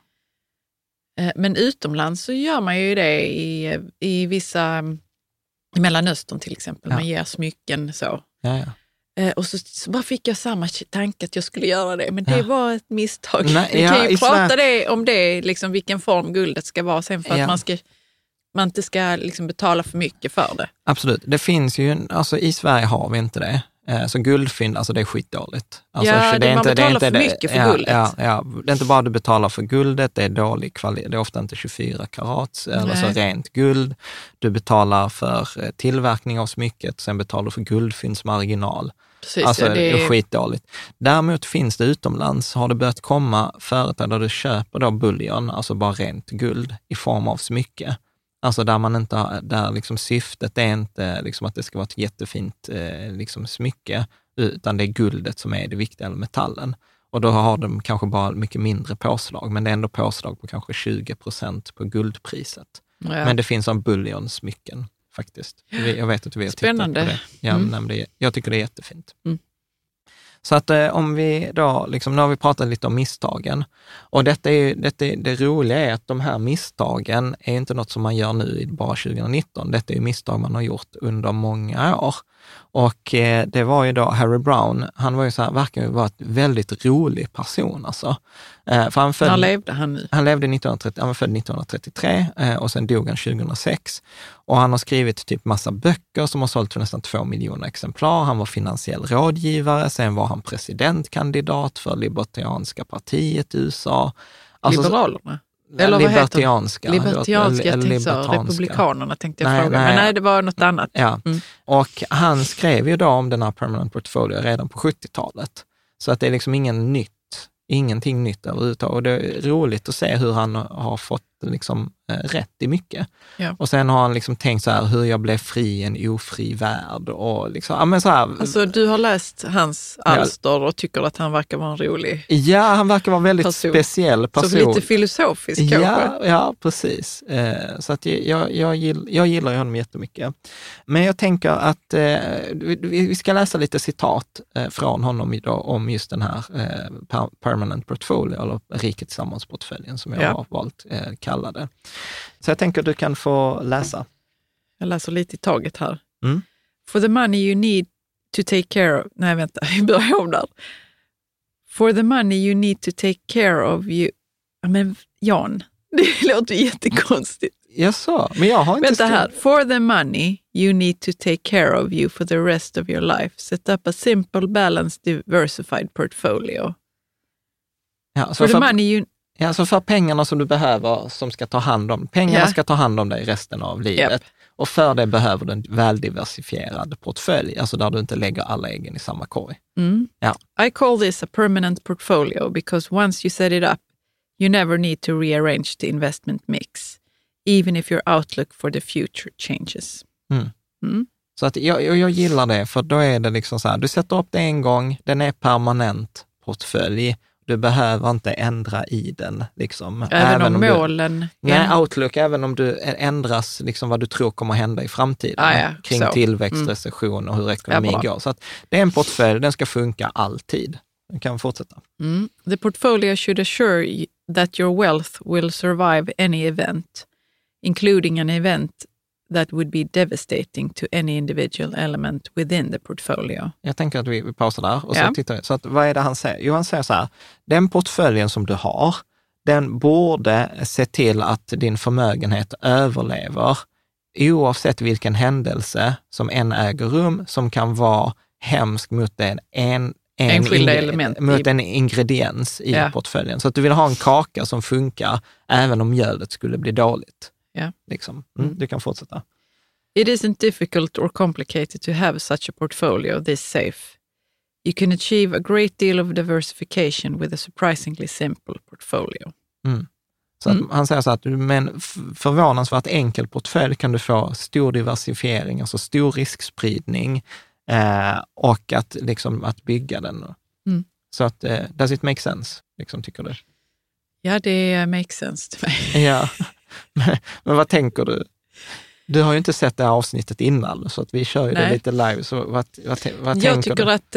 F: Men utomlands så gör man ju det i vissa, i Mellanöstern till exempel, man ger smycken så.
E: Ja.
F: Och så bara fick jag samma tanke att jag skulle göra det, men det var ett misstag. Vi kan ju prata om det, liksom vilken form guldet ska vara sen för att man inte ska liksom betala för mycket för det.
E: Absolut. Det finns ju, alltså i Sverige har vi inte det. Så guldfynd, alltså det är skitdåligt. Alltså,
F: ja,
E: det är
F: man
E: inte,
F: betalar
E: det är
F: för
E: inte,
F: mycket för guldet.
E: Ja, det är inte bara du betalar för guldet, det är dålig kvalitet. Det är ofta inte 24 karats, eller så rent guld. Du betalar för tillverkning av smycket, sen betalar du för guldfyndsmarginal.
F: Precis,
E: alltså
F: ja,
E: det är skitdåligt. Däremot finns det utomlands, har det börjat komma företag där du köper då bullion, alltså bara rent guld i form av smycke. Alltså där man inte har, där liksom syftet är inte liksom att det ska vara ett jättefint liksom smycke, utan det är guldet som är det viktiga, eller metallen. Och då har de kanske bara mycket mindre påslag, men det är ändå påslag på kanske 20% på guldpriset. Ja. Men det finns som bullionsmycken faktiskt. Jag vet att vi har tittat på det. Ja, jag tycker det är jättefint. Så att om vi då, liksom, nu har vi pratat lite om misstagen. Och det roliga är att de här misstagen är inte något som man gör nu bara 2019. Detta är ju misstag man har gjort under många år. Och det var ju då Harry Brown, han var ju så här, verkar ju vara ett väldigt rolig person alltså. För
F: när levde han nu?
E: Han levde han var född 1933 och sen dog han 2006. Och han har skrivit typ massa böcker som har sålt för nästan 2 miljoner exemplar. Han var finansiell rådgivare, sen var han presidentkandidat för Libertarianska partiet i USA. Alltså,
F: Liberalerna?
E: Eller libertarianska.
F: Republikanerna tänkte jag fråga. Men nej, det var något annat.
E: Ja. Och han skrev ju då om den här permanent portfolio redan på 70-talet. Så att det är liksom ingenting nytt överhuvudtaget. Och det är roligt att se hur han har fått liksom rätt i mycket. Ja. Och sen har han liksom tänkt så här, hur jag blev fri i en ofri värld. Och liksom, ja, men så här,
F: alltså du har läst hans alster och tycker att han verkar vara en rolig
E: Ja, han verkar vara väldigt speciell person.
F: Så lite filosofisk kanske.
E: Ja, precis. Så att jag gillar honom jättemycket. Men jag tänker att vi ska läsa lite citat från honom idag om just den här permanent portfolio, eller riket tillsammans-portföljen som jag har valt kalla det. Så jag tänker att du kan få läsa.
F: Jag läser lite i taget här. For the money you need to take care of... Nej, vänta, jag börjar om där. For the money you need to take care of you... Men Jan, det låter jättekonstigt.
E: Jag sa, men jag har inte...
F: Vänta här. For the money you need to take care of you for the rest of your life. Set up a simple, balanced, diversified portfolio.
E: Ja,
F: for the money you...
E: Ja, så för pengarna som du behöver, som ska ta hand om, pengarna ska ta hand om dig resten av livet. Yep. Och för det behöver du en väldiversifierad portfölj, alltså där du inte lägger alla äggen i samma korg. Ja.
F: I call this a permanent portfolio because once you set it up, you never need to rearrange the investment mix, even if your outlook for the future changes.
E: Så att jag gillar det, för då är det liksom så här, du sätter upp det en gång, den är permanent portfölj. Du behöver inte ändra i den. Liksom.
F: Även om målen...
E: Outlook, även om du ändras liksom vad du tror kommer hända i framtiden. Kring tillväxt, recession och hur ekonomin går. Så att det är en portfölj, den ska funka alltid. Du kan fortsätta.
F: The portfolio should assure that your wealth will survive any event, including an event that would be devastating to any individual element within the portfolio.
E: Jag tänker att vi pausar där och så tittar vi. Så att, vad är det han säger? Jo, han säger så här, den portföljen som du har, den borde se till att din förmögenhet överlever oavsett vilken händelse som än äger rum, som kan vara hemsk mot en ingrediens i portföljen. Så att du vill ha en kaka som funkar även om mjölet skulle bli dåligt.
F: Yeah.
E: Liksom. Du kan fortsätta.
F: It isn't difficult or complicated to have such a portfolio this safe. You can achieve a great deal of diversification with a surprisingly simple portfolio.
E: Så att han säger så att med en förvånansvärt enkel portfölj kan du få stor diversifiering, alltså stor riskspridning och att bygga den. Så att, does it make sense, liksom, tycker du?
F: Ja, det makes sense till mig.
E: Ja. Men vad tänker du? Du har ju inte sett det här avsnittet innan, så att vi kör ju det lite live. Så vad tänker du?
F: Jag tycker att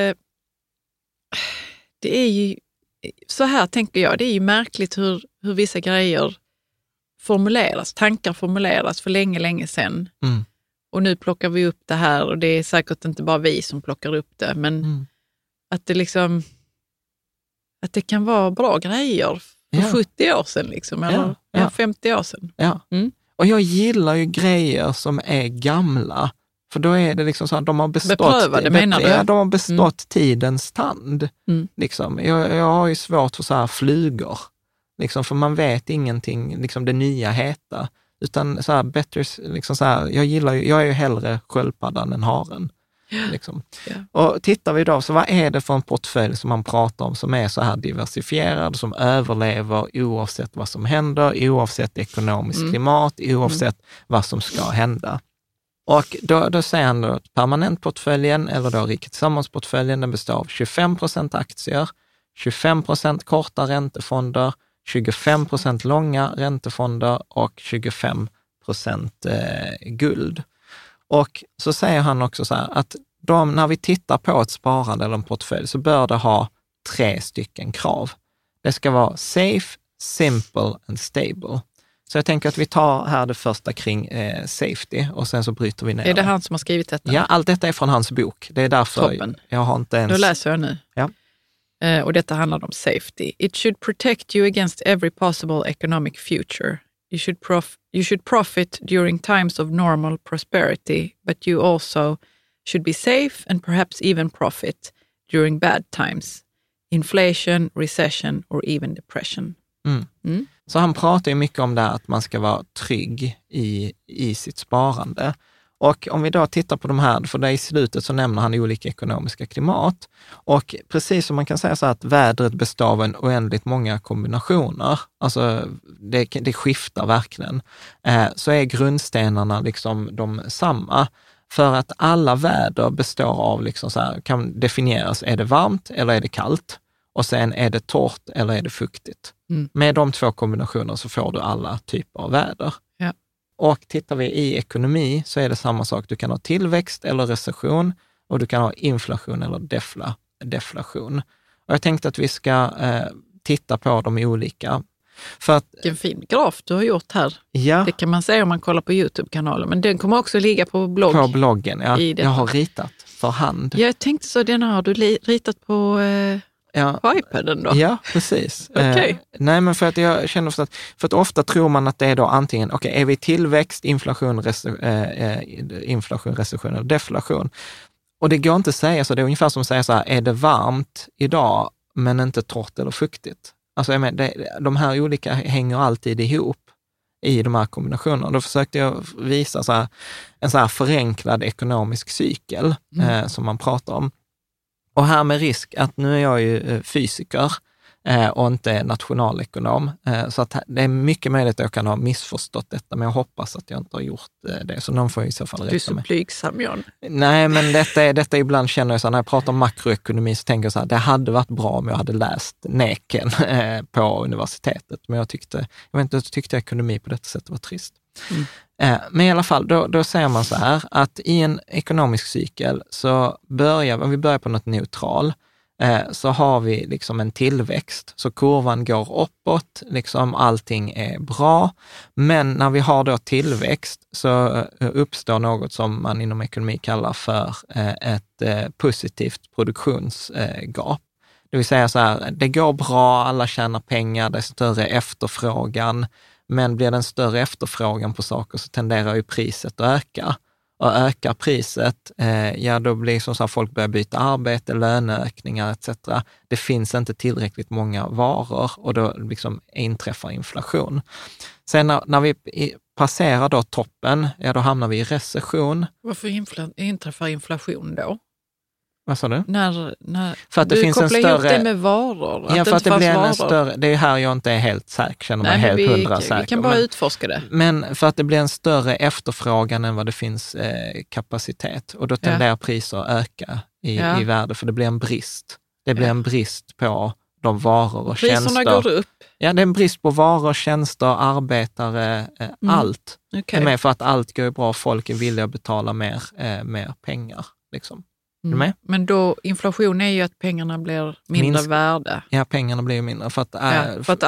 F: det är ju, så här tänker jag, det är ju märkligt hur vissa grejer formuleras, tankar formuleras för länge sedan. Och nu plockar vi upp det här, och det är säkert inte bara vi som plockar upp det, men att det liksom, att det kan vara bra grejer för 70 år sedan liksom, eller 50 år sedan.
E: Ja. Och jag gillar ju grejer som är gamla, För då är det liksom så att de har bestått...
F: Beprövade, menar du?
E: Ja, de har bestått tidens tand. Liksom. Jag har ju svårt för så här flugor. Liksom, för man vet ingenting, liksom det nya heta. Utan så här, bättre, liksom så här, jag är ju hellre sköldpaddan än haren. Liksom. Och tittar vi då, så vad är det för en portfölj som man pratar om som är så här diversifierad, som överlever oavsett vad som händer, oavsett ekonomiskt klimat, oavsett vad som ska hända. Och då säger han då att permanentportföljen, eller då Riket Tillsammans-portföljen, den består av 25% aktier, 25% korta räntefonder, 25% långa räntefonder och 25% guld. Och så säger han också så här att när vi tittar på ett sparande eller en portfölj så bör det ha 3 stycken krav. Det ska vara safe, simple and stable. Så jag tänker att vi tar här det första kring safety och sen så bryter vi ner.
F: Är det han som har skrivit detta?
E: Ja, allt detta är från hans bok. Det är därför jag har inte ens...
F: Då läser jag nu.
E: Ja.
F: Och detta handlar om safety. It should protect you against every possible economic future. You should profit during times of normal prosperity, but you also should be safe and perhaps even profit during bad times. Inflation, recession or even depression.
E: Så han pratar ju mycket om det här att man ska vara trygg i sitt sparande. Och om vi då tittar på de här, för det i slutet så nämner han olika ekonomiska klimat. Och precis som man kan säga så att vädret består av en oändligt många kombinationer, alltså det skiftar verkligen, så är grundstenarna liksom de samma. För att alla väder består av, liksom så här, kan definieras, är det varmt eller är det kallt? Och sen är det torrt eller är det fuktigt? Med de 2 kombinationerna så får du alla typer av väder.
F: Ja.
E: Och tittar vi i ekonomi så är det samma sak. Du kan ha tillväxt eller recession och du kan ha inflation eller deflation. Och jag tänkte att vi ska titta på de olika. För att,
F: vilken fin graf du har gjort här.
E: Ja.
F: Det kan man säga om man kollar på YouTube-kanalen. Men den kommer också ligga på
E: bloggen, ja. Jag har ritat för hand.
F: Jag tänkte så, den har du ritat på iPaden då?
E: Ja, precis.
F: Okay.
E: Nej, men för att jag känner för att ofta tror man att det är då antingen, är vi tillväxt, inflation, recession eller deflation. Och det går inte att säga så. Det är ungefär som att säga så här, är det varmt idag men inte torrt eller fuktigt? Alltså jag menar, de här olika hänger alltid ihop i de här kombinationerna. Då försökte jag visa så här, en så här förenklad ekonomisk cykel som man pratar om. Och här med risk att nu är jag ju fysiker och inte nationalekonom, så att det är mycket möjligt att jag kan ha missförstått detta, men jag hoppas att jag inte har gjort det, så någon får i så fall rätta mig.
F: Du är så blygsam, John.
E: Nej, men detta ibland känner jag så när jag pratar om makroekonomi så tänker jag så här, det hade varit bra om jag hade läst Neken på universitetet, men jag tyckte ekonomi på detta sätt var trist. Men i alla fall, då säger man så här att i en ekonomisk cykel så om vi börjar på något neutral, så har vi liksom en tillväxt, så kurvan går uppåt, liksom allting är bra. Men när vi har då tillväxt så uppstår något som man inom ekonomi kallar för ett positivt produktionsgap. Det vill säga så här, det går bra, alla tjänar pengar, det är större efterfrågan, men blir det en större efterfrågan på saker så tenderar ju priset att öka. Och ökar priset, då blir som så att folk börjar byta arbete, löneökningar etc. Det finns inte tillräckligt många varor och då liksom inträffar inflation. Sen när vi passerar då toppen, då hamnar vi i recession.
F: Varför inträffar inflation då?
E: Vad sa du?
F: För att det finns en större... ihop det med varor.
E: Ja, för att det blir en större... Det är här jag inte är helt säker, känner mig helt 100 säker.
F: Vi kan bara utforska det.
E: Men för att det blir en större efterfrågan än vad det finns kapacitet. Och då tenderar priser att öka i värde, för det blir en brist. Det blir en brist på de varor och
F: priserna
E: tjänster.
F: Priserna går upp.
E: Ja, det är en brist på varor, tjänster, arbetare, allt.
F: Okay.
E: Det är med för att allt går bra, folk är villiga att betala mer pengar, liksom.
F: Men då, inflation är ju att pengarna blir mindre värde.
E: Ja, pengarna blir mindre. För att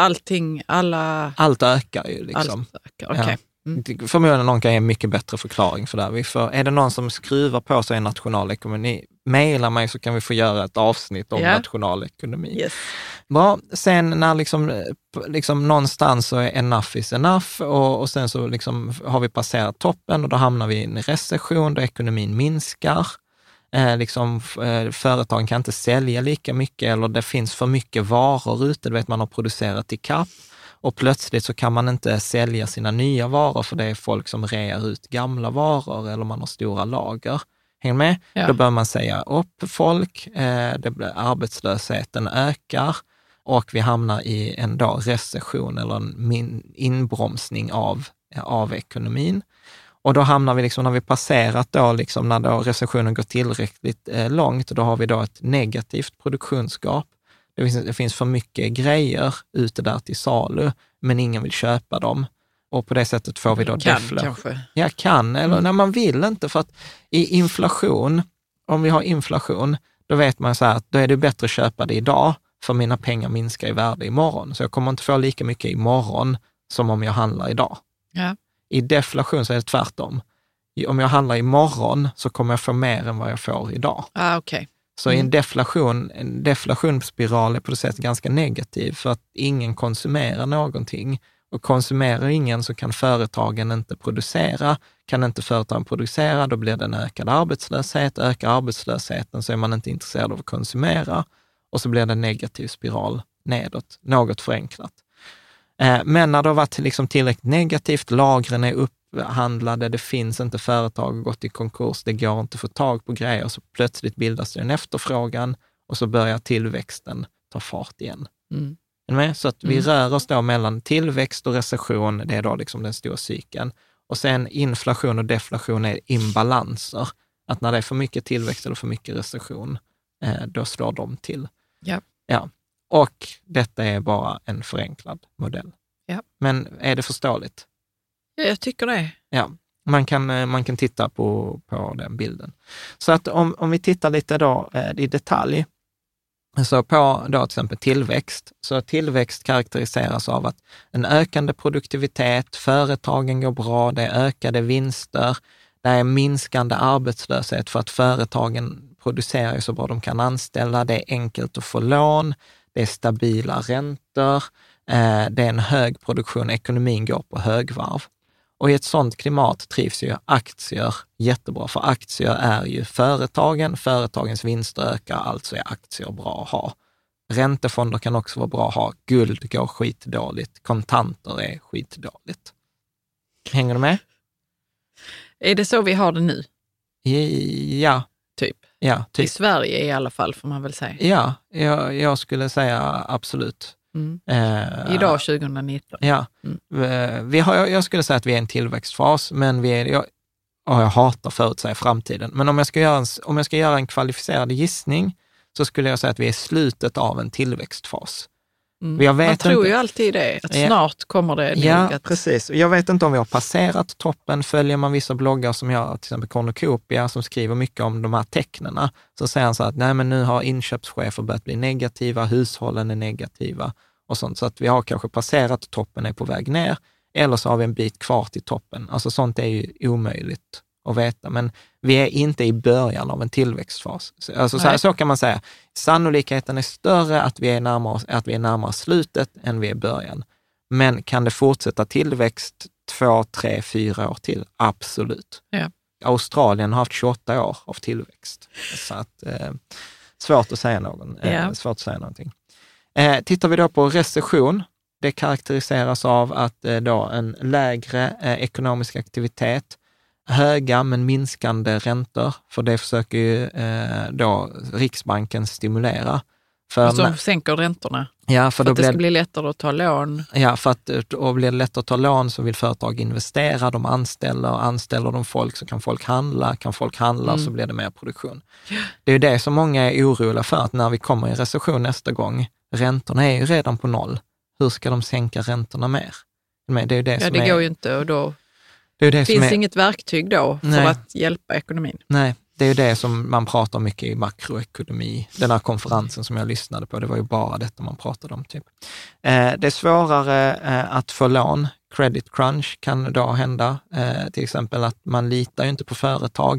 E: allt ökar ju liksom.
F: Allt ökar, okay.
E: Förmodligen någon kan ge en mycket bättre förklaring för det. Är det någon som skruvar på sig en nationalekonomi mejla mig så kan vi få göra ett avsnitt om nationalekonomi.
F: Yes.
E: Bra, sen när liksom någonstans så är enough is enough och sen så liksom har vi passerat toppen och då hamnar vi i en recession då ekonomin minskar. Företagen kan inte sälja lika mycket eller det finns för mycket varor ute, du vet man har producerat i kapp och plötsligt så kan man inte sälja sina nya varor för det är folk som rear ut gamla varor eller man har stora lager. Häng med? Ja. Då bör man säga upp folk, arbetslösheten ökar och vi hamnar i en recession eller en inbromsning av ekonomin. Och då hamnar vi när vi passerat när då recessionen går tillräckligt långt, då har vi då ett negativt produktionsgap. Det finns för mycket grejer ute där till salu, men ingen vill köpa dem. Och på det sättet får vi då deflation. Ja, kan. Eller när man vill inte. För att i inflation, om vi har inflation, då vet man så här att då är det bättre att köpa det idag för mina pengar minskar i värde imorgon. Så jag kommer inte få lika mycket imorgon som om jag handlar idag. Ja. I deflation så är det tvärtom. Om jag handlar imorgon så kommer jag få mer än vad jag får idag.
F: Okay.
E: Så en deflationsspiral är på det sättet ganska negativ för att ingen konsumerar någonting. Och konsumerar ingen så kan företagen inte producera. Kan inte företagen producera, då blir det en ökad arbetslöshet. Ökar arbetslösheten så är man inte intresserad av att konsumera. Och så blir det en negativ spiral nedåt, något förenklat. Men när det har varit tillräckligt negativt, lagren är upphandlade, det finns inte företag gått i konkurs, det går inte att få tag på grejer, så plötsligt bildas det en efterfrågan och så börjar tillväxten ta fart igen. Så att vi rör oss då mellan tillväxt och recession, det är då den stora cykeln. Och sen inflation och deflation är imbalanser. Att när det är för mycket tillväxt eller för mycket recession, då slår de till.
F: Ja.
E: Ja. Och detta är bara en förenklad modell.
F: Ja. Men
E: är det förståeligt?
F: Ja, jag tycker det.
E: Ja, man kan titta på den bilden. Så att om vi tittar lite då i detalj, så på då till exempel tillväxt. Så tillväxt karaktäriseras av att en ökande produktivitet, företagen går bra, det är ökade vinster, det är minskande arbetslöshet för att företagen producerar så bra de kan anställa, det är enkelt att få lån, det är stabila räntor, det är en hög produktion, ekonomin går på högvarv. Och i ett sådant klimat trivs ju aktier jättebra, för aktier är ju företagens vinster ökar, alltså är aktier bra att ha. Räntefonder kan också vara bra att ha, guld går skitdåligt, kontanter är skitdåligt. Hänger du med?
F: Är det så vi har det nu?
E: Ja.
F: Typ.
E: Ja, typ.
F: I Sverige i alla fall får man väl säga.
E: Ja, jag skulle säga absolut.
F: Idag 2019.
E: Ja, jag skulle säga att vi är i en tillväxtfas, men jag hatar förutsäga framtiden. Men om jag ska göra en kvalificerad gissning så skulle jag säga att vi är i slutet av en tillväxtfas.
F: Man tror ju alltid det, att snart kommer det.
E: Ja, precis. Jag vet inte om vi har passerat toppen. Följer man vissa bloggar som jag, till exempel Cornucopia, som skriver mycket om de här tecknena, så säger han så att nej, men nu har inköpschefer börjat bli negativa, hushållen är negativa och sånt. Så att vi har kanske passerat toppen, är på väg ner, eller så har vi en bit kvar till toppen. Alltså sånt är ju omöjligt att veta, men vi är inte i början av en tillväxtfas. Alltså så kan man säga. Sannolikheten är större att vi är närmare slutet än vi är i början. Men kan det fortsätta tillväxt 2, 3, 4 år till? Absolut.
F: Ja.
E: Australien har haft 28 år av tillväxt. Så att svårt att säga någonting. Tittar vi då på recession, det karaktäriseras av att då en lägre ekonomisk aktivitet, höga men minskande räntor, för det försöker ju då Riksbanken stimulera.
F: Och som sänker räntorna.
E: Ja,
F: för att det ska bli lättare att ta lån.
E: Ja, för att och blir det lättare att ta lån så vill företag investera, de anställer de folk så kan folk handla, så blir det mer produktion. Det är ju det som många är oroliga för, att när vi kommer i recession nästa gång, räntorna är ju redan på noll. Hur ska de sänka räntorna mer? Men det är ju det som
F: går ju inte, och då finns inget verktyg då för att hjälpa ekonomin.
E: Nej, det är ju det som man pratar mycket i makroekonomi. Den här konferensen som jag lyssnade på, det var ju bara detta man pratade om. Typ. Det är svårare att få lån. Credit crunch kan då hända. Till exempel att man litar ju inte på företag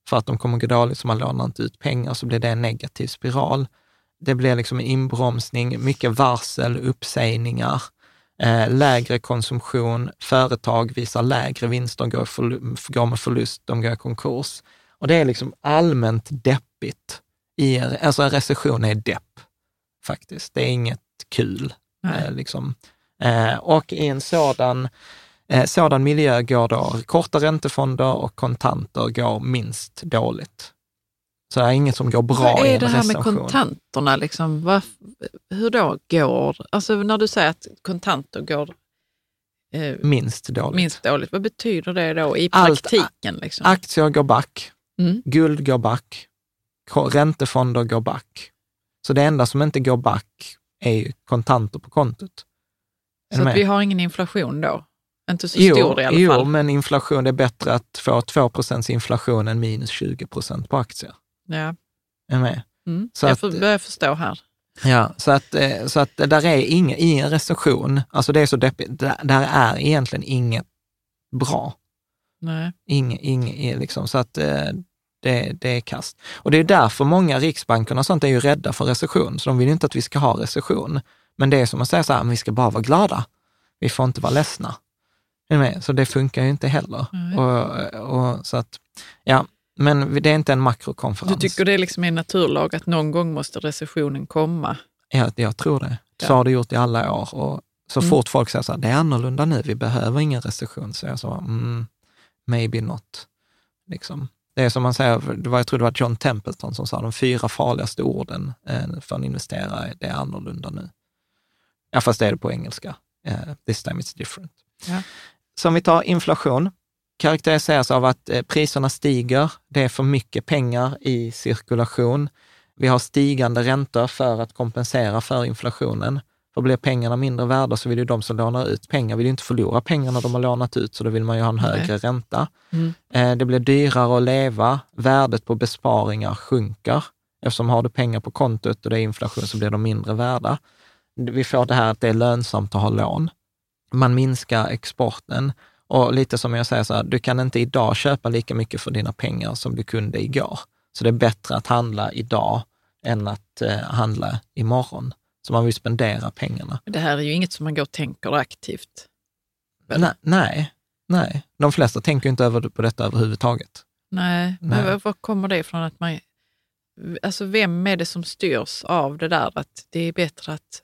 E: för att de kommer gå dåligt så man lånar inte ut pengar, så blir det en negativ spiral. Det blir liksom en inbromsning, mycket varsel, uppsägningar, lägre konsumtion, företag visar lägre vinster, går med förlust, de går i konkurs. Och det är liksom allmänt deppigt. Alltså en recession är depp, faktiskt. Det är inget kul. Liksom. Och i en sådan miljö går då korta räntefonder och kontanter går minst dåligt. Så det är inget som går bra i en recession. Vad är det här med
F: kontanterna? Liksom? Hur då går? Alltså när du säger att kontanter går
E: minst dåligt.
F: Vad betyder det då i praktiken? Liksom?
E: Aktier går back, guld går back, räntefonder går back. Så det enda som inte går back är ju kontanter på kontot.
F: Så att vi har ingen inflation då? Inte så stor i alla fall.
E: Jo, men inflation, det är bättre att få 2% inflation än minus 20% på aktier.
F: Ja.
E: Är med?
F: Så jag börjar förstå här.
E: Ja, så att där är ingen recession, alltså det är så deppigt, där är egentligen inget bra.
F: Nej.
E: Inget liksom, så att det är kast. Och det är därför många riksbankerna och sånt är ju rädda för recession, så de vill ju inte att vi ska ha recession. Men det är som att säga så här, men vi ska bara vara glada. Vi får inte vara ledsna. Så det funkar ju inte heller. Och så att, ja, men det är inte en makrokonferens.
F: Du tycker det är liksom en naturlag att någon gång måste recessionen komma?
E: Ja, jag tror det. Så har det gjort i alla år. Och så fort folk säger så här, det är annorlunda nu, vi behöver ingen recession. Så jag sa, maybe not. Liksom. Det är som man säger, jag tror det var John Templeton som sa, de 4 farligaste orden för en investerare, det är annorlunda nu. Ja, fast det är det på engelska. This time it's different.
F: Ja.
E: Så om vi tar inflation, karaktäriseras av att priserna stiger, det är för mycket pengar i cirkulation. Vi har stigande räntor för att kompensera för inflationen. För blir pengarna mindre värda så vill ju de som lånar ut pengar vill ju inte förlora pengarna de har lånat ut, så då vill man ju ha en högre ränta. Det blir dyrare att leva, värdet på besparingar sjunker. Eftersom har du pengar på kontot och det är inflation så blir de mindre värda. Vi får det här att det är lönsamt att ha lån. Man minskar exporten och lite som jag säger så här, du kan inte idag köpa lika mycket för dina pengar som du kunde igår. Så det är bättre att handla idag än att handla imorgon. Så man vill spendera pengarna.
F: Det här är ju inget som man går och tänker aktivt.
E: Nej. De flesta tänker inte på detta överhuvudtaget.
F: Nej. Men var kommer det ifrån att man... Alltså vem är det som styrs av det där att det är bättre att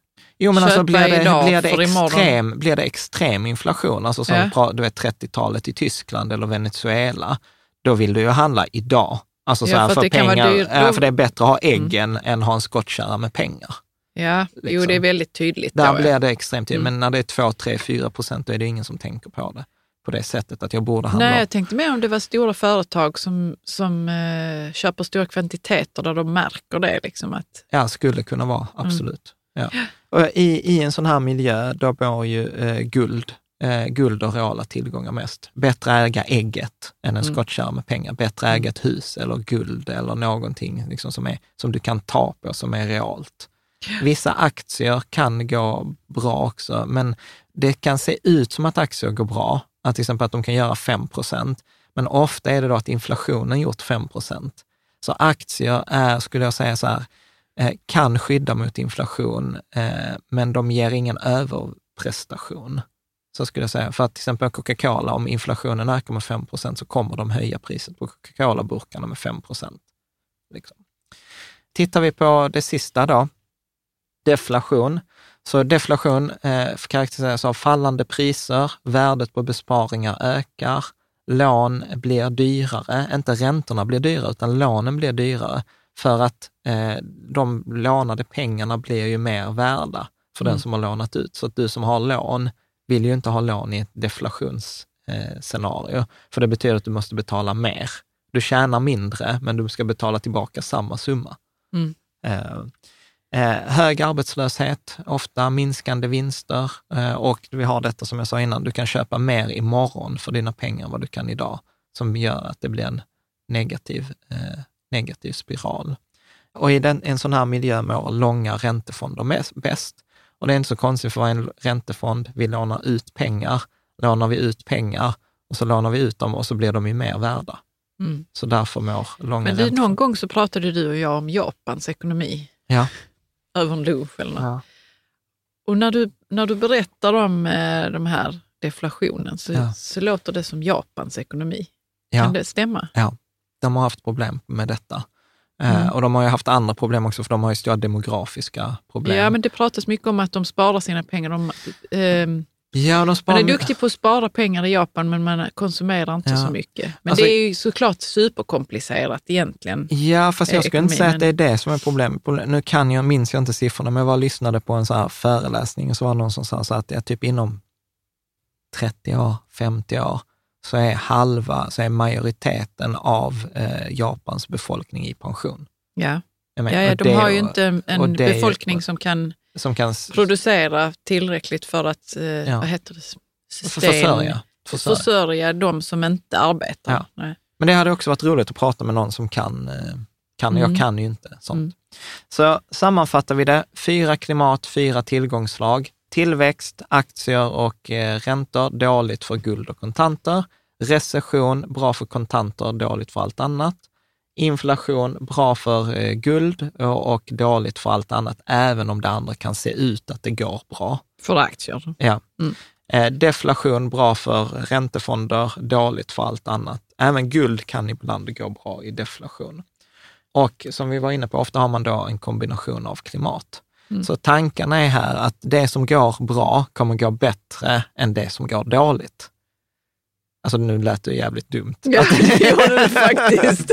E: blir det extrem inflation, alltså som du vet 30-talet i Tyskland eller Venezuela, då vill du ju handla idag. Alltså så här, för pengar, för det är bättre att ha äggen än ha en skottkärra med pengar.
F: Ja, liksom. Det är väldigt tydligt.
E: Där blir det extremt tydligt, men när det är 2-3-4% då är det ingen som tänker på det. På det sättet att jag borde handla. Nej,
F: jag tänkte mer om det var stora företag som köper stora kvantiteter där de märker det. Liksom att...
E: Ja, skulle kunna vara, absolut. Ja. Och i en sån här miljö, då bor ju guld och reala tillgångar mest. Bättre äga ägget än en skottkärra med pengar. Bättre äga ett hus eller guld eller någonting liksom som du kan ta på som är realt. Vissa aktier kan gå bra också, men det kan se ut som att aktier går bra. Att till exempel att de kan göra 5%, men ofta är det då att inflationen gjort 5%. Så aktier är, skulle jag säga så här, kan skydda mot inflation, men de ger ingen överprestation. Så skulle jag säga. För att till exempel Coca-Cola, om inflationen ökar med 5% så kommer de höja priset på Coca-Cola-burkarna med 5%. Liksom. Tittar vi på det sista då, deflation. Så deflation karaktäriseras av fallande priser, värdet på besparingar ökar, lån blir dyrare, inte räntorna blir dyrare utan lånen blir dyrare för att de lånade pengarna blir ju mer värda för den som har lånat ut. Så att du som har lån vill ju inte ha lån i ett deflationsscenario, för det betyder att du måste betala mer. Du tjänar mindre men du ska betala tillbaka samma summa. Hög arbetslöshet, ofta minskande vinster och vi har detta som jag sa innan, du kan köpa mer imorgon för dina pengar än vad du kan idag, som gör att det blir en negativ spiral. Och i en sån här miljö mår långa räntefonder bäst. Och det är inte så konstigt, för en räntefond, vi lånar ut pengar och så lånar vi ut dem och så blir de ju mer värda. Så därför mår långa
F: Men
E: räntor.
F: någon gång så pratade du och jag om Japans ekonomi.
E: Ja.
F: Över en lunch eller något.
E: Ja.
F: Och när du berättar om de här deflationen så låter det som Japans ekonomi. Kan det stämma?
E: Ja, de har haft problem med detta. Och de har ju haft andra problem också, för de har ju stora demografiska problem.
F: Ja, men det pratas mycket om att de sparar sina pengar. De
E: sparar...
F: Man är duktig på att spara pengar i Japan, men man konsumerar inte så mycket. Men alltså, det är ju såklart superkomplicerat egentligen.
E: Ja, fast jag skulle inte säga att det är det som är problemet. Nu minns jag inte siffrorna, men jag var och lyssnade på en så här föreläsning och så var det någon som sa så att det är typ inom 30 år, 50 år så är majoriteten av Japans befolkning i pension.
F: Ja, de har ju inte en befolkning som kan producera tillräckligt för att vad heter det? Försörja de som inte arbetar.
E: Ja.
F: Nej.
E: Men det hade också varit roligt att prata med någon som kan. Jag kan ju inte sånt. Så sammanfattar vi det. 4 klimat, 4 tillgångslag. Tillväxt, aktier och räntor, dåligt för guld och kontanter. Recession, bra för kontanter, dåligt för allt annat. Inflation, bra för guld och dåligt för allt annat, även om det andra kan se ut att det går bra.
F: För aktier.
E: Ja. Deflation, bra för räntefonder, dåligt för allt annat. Även guld kan ibland gå bra i deflation. Och som vi var inne på, ofta har man då en kombination av klimat. Så tankarna är här att det som går bra kommer gå bättre än det som går dåligt. Alltså nu lät det jävligt dumt.
F: Ja, det gjorde det faktiskt.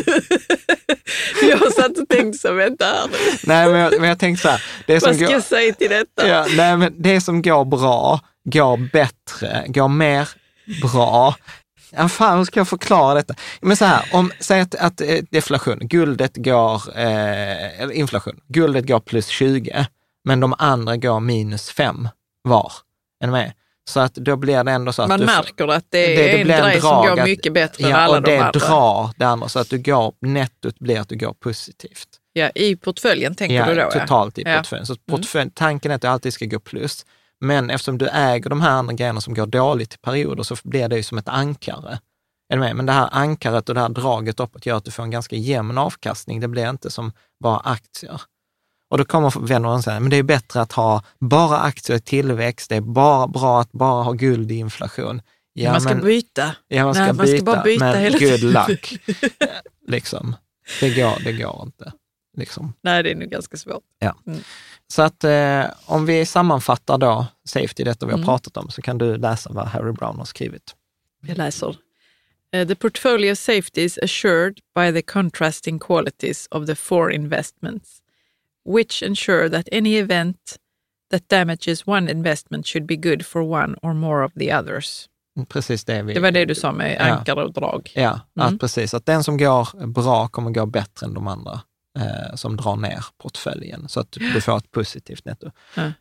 F: Jag satt och tänkte så, vänta här nu.
E: Nej, men jag tänkte så här.
F: Vad ska jag säga till detta?
E: Ja, nej, men det som går bra, går bättre, går mer bra. Ja, fan, hur ska jag förklara detta? Men så här, säg att deflation, guldet går, eller inflation, guldet går plus 20, men de andra går minus 5 var. Är ni med? Så att då blir det ändå så att
F: man märker att det är en grej som går mycket bättre än alla de andra.
E: Och det drar det andra så att nettot blir att du går positivt.
F: Ja, i portföljen tänker du då?
E: Ja, totalt i portföljen. Så tanken är att det alltid ska gå plus. Men eftersom du äger de här andra grejerna som går dåligt i perioder så blir det ju som ett ankare. Är du med? Men det här ankaret och det här draget uppåt gör att du får en ganska jämn avkastning. Det blir inte som bara aktier. Och då kommer vänner och säger, men det är bättre att ha bara aktier i tillväxt, det är bara bra att bara ha guld i inflation. Ja,
F: man ska byta.
E: Ja, man ska byta, men good luck. Liksom. Det går inte. Liksom.
F: Nej, det är nog ganska svårt.
E: Ja. Så att om vi sammanfattar då safety, detta vi har pratat om, så kan du läsa vad Harry Browne har skrivit.
F: Jag läser. The portfolio safety is assured by the contrasting qualities of the 4 investments, which ensure that any event that damages one investment should be good for one or more of the others.
E: Precis det
F: var det du sa med ankare och drag.
E: Ja, att precis. Att den som går bra kommer gå bättre än de andra som drar ner portföljen. Så att du får ett positivt netto.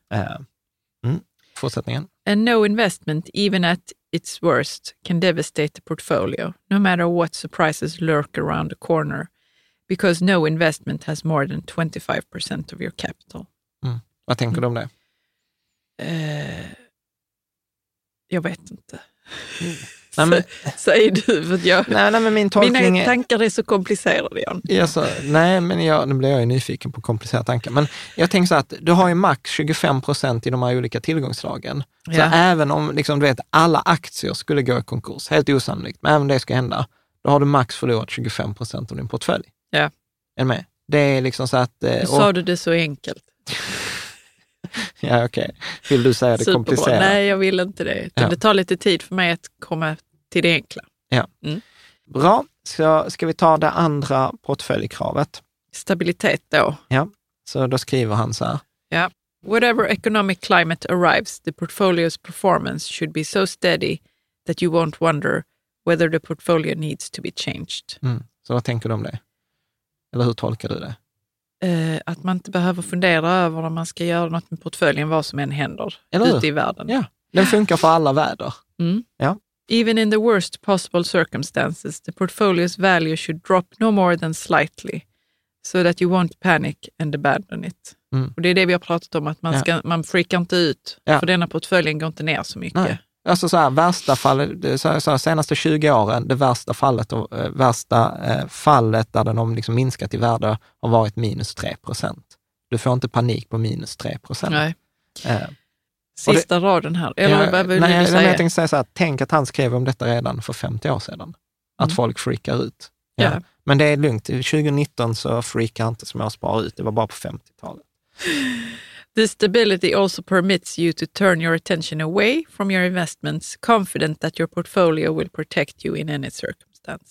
E: Fortsättningen.
F: And no investment, even at its worst, can devastate the portfolio, no matter what surprises lurk around the corner. Because no investment has more than 25% of your capital.
E: Vad tänker du om det?
F: Jag vet inte.
E: Nej, men,
F: säger du, för att
E: nej, men min tolkning
F: mina tankar är så komplicerade, Jan.
E: Nu blir jag ju nyfiken på komplicerade tankar. Men jag tänker så att du har ju max 25% i de här olika tillgångslagen. Så även om liksom, du vet, alla aktier skulle gå i konkurs, helt osannolikt, men även det ska hända, då har du max förlorat 25% av din portfölj.
F: Ja.
E: Är du med? Det är liksom så att...
F: sa du det så enkelt?
E: Ja, okej. Vill du säga det komplicerat?
F: Nej, jag vill inte det. Det tar lite tid för mig att komma till det enkla.
E: Ja. Bra, så ska vi ta det andra portföljkravet.
F: Stabilitet då.
E: Ja, så då skriver han så här.
F: Ja. Whatever economic climate arrives, the portfolio's performance should be so steady that you won't wonder whether the portfolio needs to be changed.
E: Så vad tänker du om det? Eller hur tolkar du det?
F: Att man inte behöver fundera över om man ska göra något med portföljen, vad som än händer ute i världen.
E: Ja, den funkar för alla väder. Ja.
F: Even in the worst possible circumstances, the portfolio's value should drop no more than slightly, so that you won't panic and abandon it. Och det är det vi har pratat om, att man freakar inte ut, för denna portföljen går inte ner så mycket.
E: Alltså så här, värsta fallet, så här, senaste 20 åren, det värsta fallet där den har liksom minskat i värde har varit minus 3%. Du får inte panik på minus 3%.
F: Nej. Sista raden här. Eller vad vill du säga?
E: Jag tänkte säga så här, tänk att han skrev om detta redan för 50 år sedan. Att folk freakar ut. Ja. Men det är lugnt. 2019 så freakar inte småsparare ut. Det var bara på 50-talet.
F: This stability also permits you to turn your attention away from your investments, confident that your portfolio will protect you in any circumstance.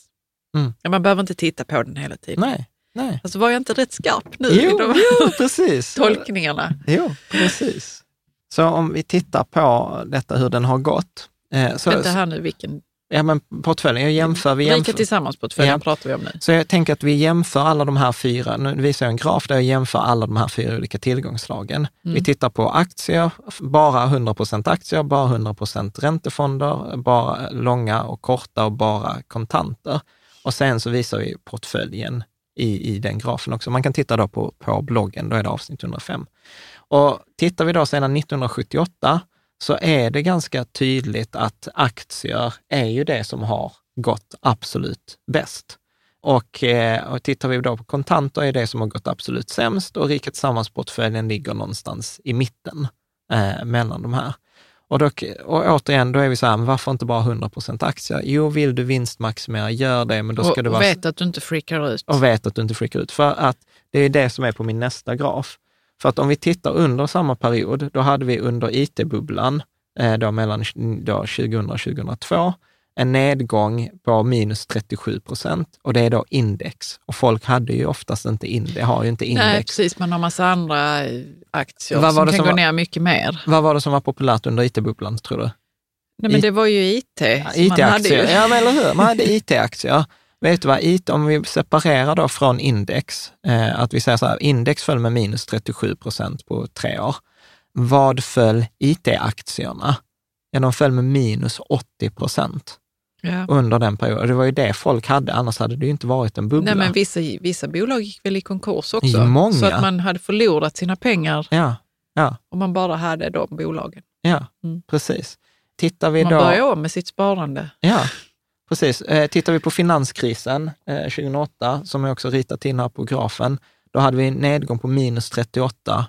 F: Man behöver inte titta på den hela tiden.
E: Nej.
F: Alltså var jag inte rätt skarp nu
E: jo,
F: i de
E: precis.
F: tolkningarna?
E: Jo, precis. Så om vi tittar på detta, hur den har gått.
F: Vänta här nu, vilken?
E: Ja, men portföljen, vi jämför.
F: Rika tillsammans-portföljen pratar vi om nu.
E: Så jag tänker att vi jämför alla de här 4, nu visar jag en graf där jag jämför alla de här 4 olika tillgångslagen. Vi tittar på aktier, bara 100% aktier, bara 100% räntefonder, bara långa och korta och bara kontanter. Och sen så visar vi portföljen i den grafen också. Man kan titta då på bloggen, då är det avsnitt 105. Och tittar vi då sedan 1978 så är det ganska tydligt att aktier är ju det som har gått absolut bäst. Och tittar vi då på kontanter är det som har gått absolut sämst och Riket Tillsammans-portföljen ligger någonstans i mitten mellan de här. Och återigen, då är vi så här, varför inte bara 100% aktier? Jo, vill du vinstmaximera, gör det, men då ska du vara...
F: Och vet att du inte freakar ut.
E: Och vet att du inte freakar ut, för att det är det som är på min nästa graf. För att om vi tittar under samma period, då hade vi under IT-bubblan, då mellan 2000 och 2002, en nedgång på minus 37%, och det är då index. Och folk hade ju oftast inte index, har ju inte index.
F: Nej, precis, man har massa andra aktier som kan gå ner mycket mer.
E: Vad var det som var populärt under IT-bubblan, tror du?
F: Nej, men det var ju IT.
E: IT-aktier, ja men eller hur? Man hade IT-aktier. Vet du vad, om vi separerar då från index, att vi säger så här, index föll med minus 37% på 3 år. Vad föll IT-aktierna? Ja, de föll med minus 80%. Ja. Under den perioden. Det var ju det folk hade, annars hade det ju inte varit en bubbla.
F: Nej, men vissa bolag gick väl i konkurs också.
E: Många.
F: Så att man hade förlorat sina pengar
E: ja.
F: om man bara hade de bolagen.
E: Ja, precis. Tittar vi
F: man börjar om med sitt sparande.
E: Ja, precis. Tittar vi på finanskrisen 2008, som jag också ritat in här på grafen, då hade vi en nedgång på minus 38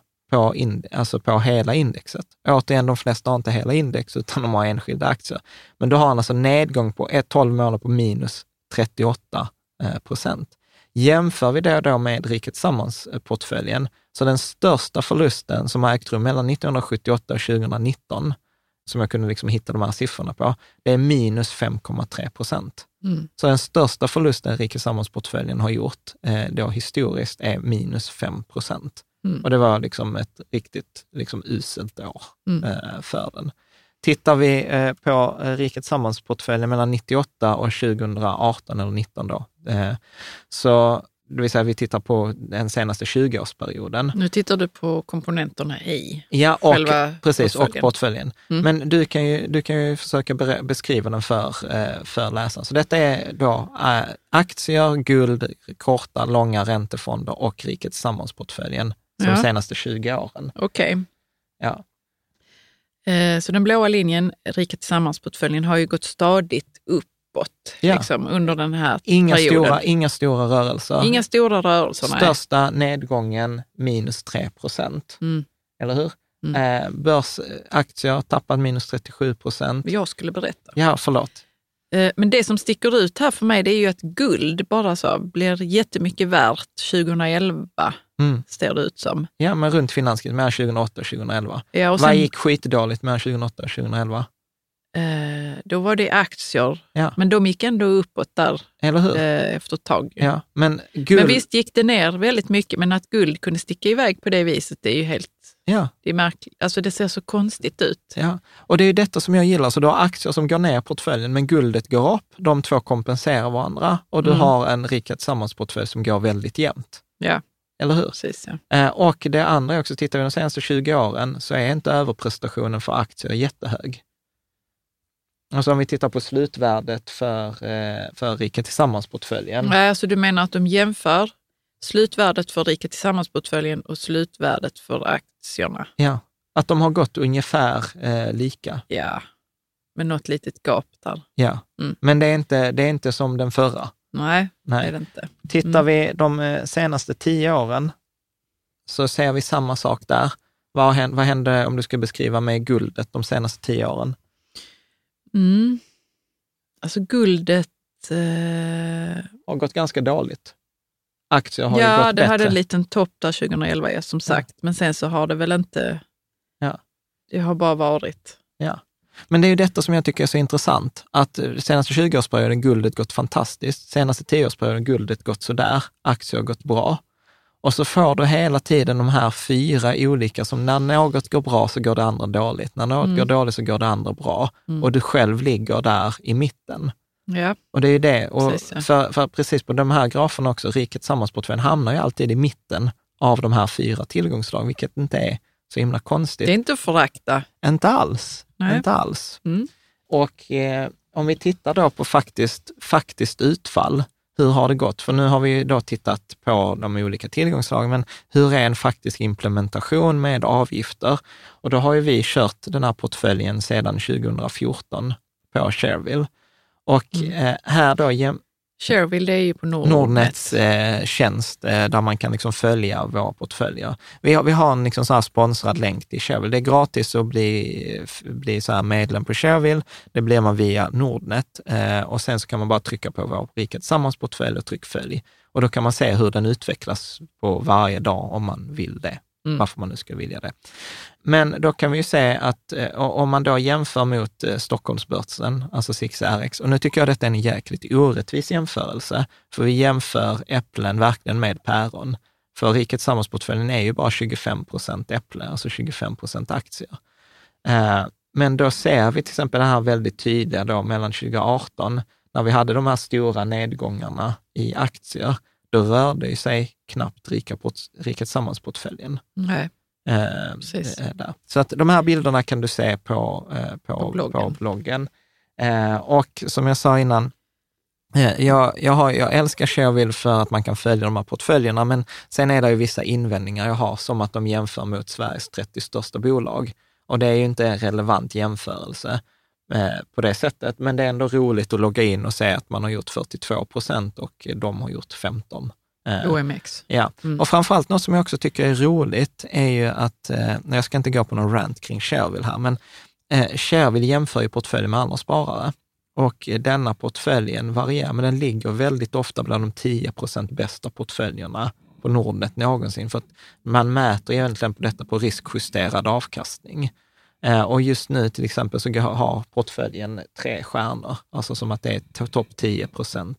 E: på hela indexet. Återigen, de flesta har inte hela index utan de har enskilda aktier. Men då har han alltså nedgång på 12 månader på minus 38%. Jämför vi det då med Riket Tillsammans-portföljen, så den största förlusten som har ägt rum mellan 1978 och 2019, som jag kunde liksom hitta de här siffrorna på, det är minus 5,3%. Så den största förlusten Riket Tillsammans-portföljen har gjort då historiskt är minus 5%. Och det var liksom ett riktigt liksom uselt år för den. Tittar vi på Riket Tillsammans-portföljen mellan 98 och 2018 eller 19 då, så det vill säga vi tittar på den senaste 20-årsperioden.
F: Nu tittar du på komponenterna i
E: själva portföljen. Men du kan ju försöka beskriva den för läsaren. Så detta är då aktier, guld, korta, långa räntefonder och Riket Tillsammans-portföljen de senaste 20 åren.
F: Okej.
E: Ja.
F: Så den blåa linjen, Riket Tillsammans-portföljen, har ju gått stadigt uppåt liksom, under den här perioden.
E: Inga stora rörelser.
F: Inga stora rörelser, nej.
E: Största nedgången minus 3%. Eller hur? Börsaktier tappat minus 37%.
F: Jag skulle berätta.
E: Ja, förlåt.
F: Men det som sticker ut här för mig, det är ju att guld bara så blir jättemycket värt 2011, ser det ut som.
E: Ja, men runt finanskrisen mellan 2008 och 2011.
F: Ja, och
E: vad gick skitdåligt mellan 2008 och 2011?
F: Då var det aktier, men de gick ändå uppåt där. Eller hur? Efter ett tag.
E: Ja, men
F: visst gick det ner väldigt mycket, men att guld kunde sticka iväg på det viset, det är ju helt... Det är märkligt. Alltså det ser så konstigt ut.
E: Ja, och det är ju detta som jag gillar. Så du har aktier som går ner i portföljen, men guldet går upp. De två kompenserar varandra. Och du har en Riket Tillsammans-portfölj som går väldigt jämnt.
F: Ja.
E: Eller hur?
F: Precis,
E: och det andra är också, tittar vi de senaste 20 åren, så är inte överprestationen för aktier jättehög. Alltså om vi tittar på slutvärdet för Riket Tillsammans-portföljen.
F: Nej, alltså du menar att de jämför slutvärdet för Riket Tillsammans-portföljen och slutvärdet för aktierna?
E: Ja, att de har gått ungefär lika.
F: Ja, med något litet gap där.
E: Ja, men det är inte som den förra.
F: Nej, det är det inte.
E: Tittar vi de senaste 10 åren så ser vi samma sak där. Vad hände om du ska beskriva med guldet de senaste 10 åren?
F: Alltså guldet...
E: har gått ganska dåligt. Aktier har ju gått bättre.
F: Ja, det hade en liten topp där 2011 som sagt. Men sen så har det väl inte...
E: Ja.
F: Det har bara varit...
E: Ja. Men det är ju detta som jag tycker är så intressant. Att senaste 20-årsperioden guldet gått fantastiskt. Senaste 10-årsperioden guldet gått sådär. Aktier har gått bra. Och så får du hela tiden de här 4 olika som när något går bra så går det andra dåligt. När något går dåligt så går det andra bra. Och du själv ligger där i mitten.
F: Ja.
E: Och det är ju det. Och
F: precis.
E: för precis på de här graferna också, rikets sammansportfölj hamnar ju alltid i mitten av de här 4 tillgångslag, vilket inte är så himla konstigt.
F: Det är inte att förakta.
E: Inte alls.
F: Nej.
E: Inte alls. Och om vi tittar då på faktiskt utfall, hur har det gått? För nu har vi då tittat på de olika tillgångslagen, men hur är en faktisk implementation med avgifter? Och då har ju vi kört den här portföljen sedan 2014 på Shareville. Och här då...
F: Shareville, det är ju på
E: Nordnets tjänst där man kan liksom följa våra portföljer. Vi har en liksom så här sponsrad länk till Shareville. Det är gratis att bli så här medlem på Shareville. Det blir man via Nordnet och sen så kan man bara trycka på vår rikets sammansportfölj och tryck följ. Och då kan man se hur den utvecklas på varje dag om man vill det. Varför man nu ska vilja det. Men då kan vi ju se att om man då jämför mot Stockholmsbörsen, alltså SIXRX, och nu tycker jag detta är en jäkligt orättvis jämförelse, för vi jämför äpplen verkligen med päron. För rikets sammansportföljen är ju bara 25% äpple, alltså 25% aktier. Men då ser vi till exempel det här väldigt tydliga då mellan 2018, när vi hade de här stora nedgångarna i aktier, då rörde sig knappt rikets sammansportföljen.
F: Nej, precis.
E: Där. Så att de här bilderna kan du se på bloggen. Och som jag sa innan, jag älskar Shareville för att man kan följa de här portföljerna, men sen är det ju vissa invändningar jag har, som att de jämför mot Sveriges 30 största bolag. Och det är ju inte en relevant jämförelse på det sättet, men det är ändå roligt att logga in och se att man har gjort 42% och de har gjort 15%.
F: OMX.
E: Ja, och framförallt något som jag också tycker är roligt är ju att, jag ska inte gå på någon rant kring Shareville här, men Shareville jämför ju portföljen med andra sparare och denna portföljen varierar, men den ligger väldigt ofta bland de 10% bästa portföljerna på Nordnet någonsin, för att man mäter egentligen på detta på riskjusterad avkastning. Och just nu till exempel så har portföljen 3 stjärnor, alltså som att det är topp 10%.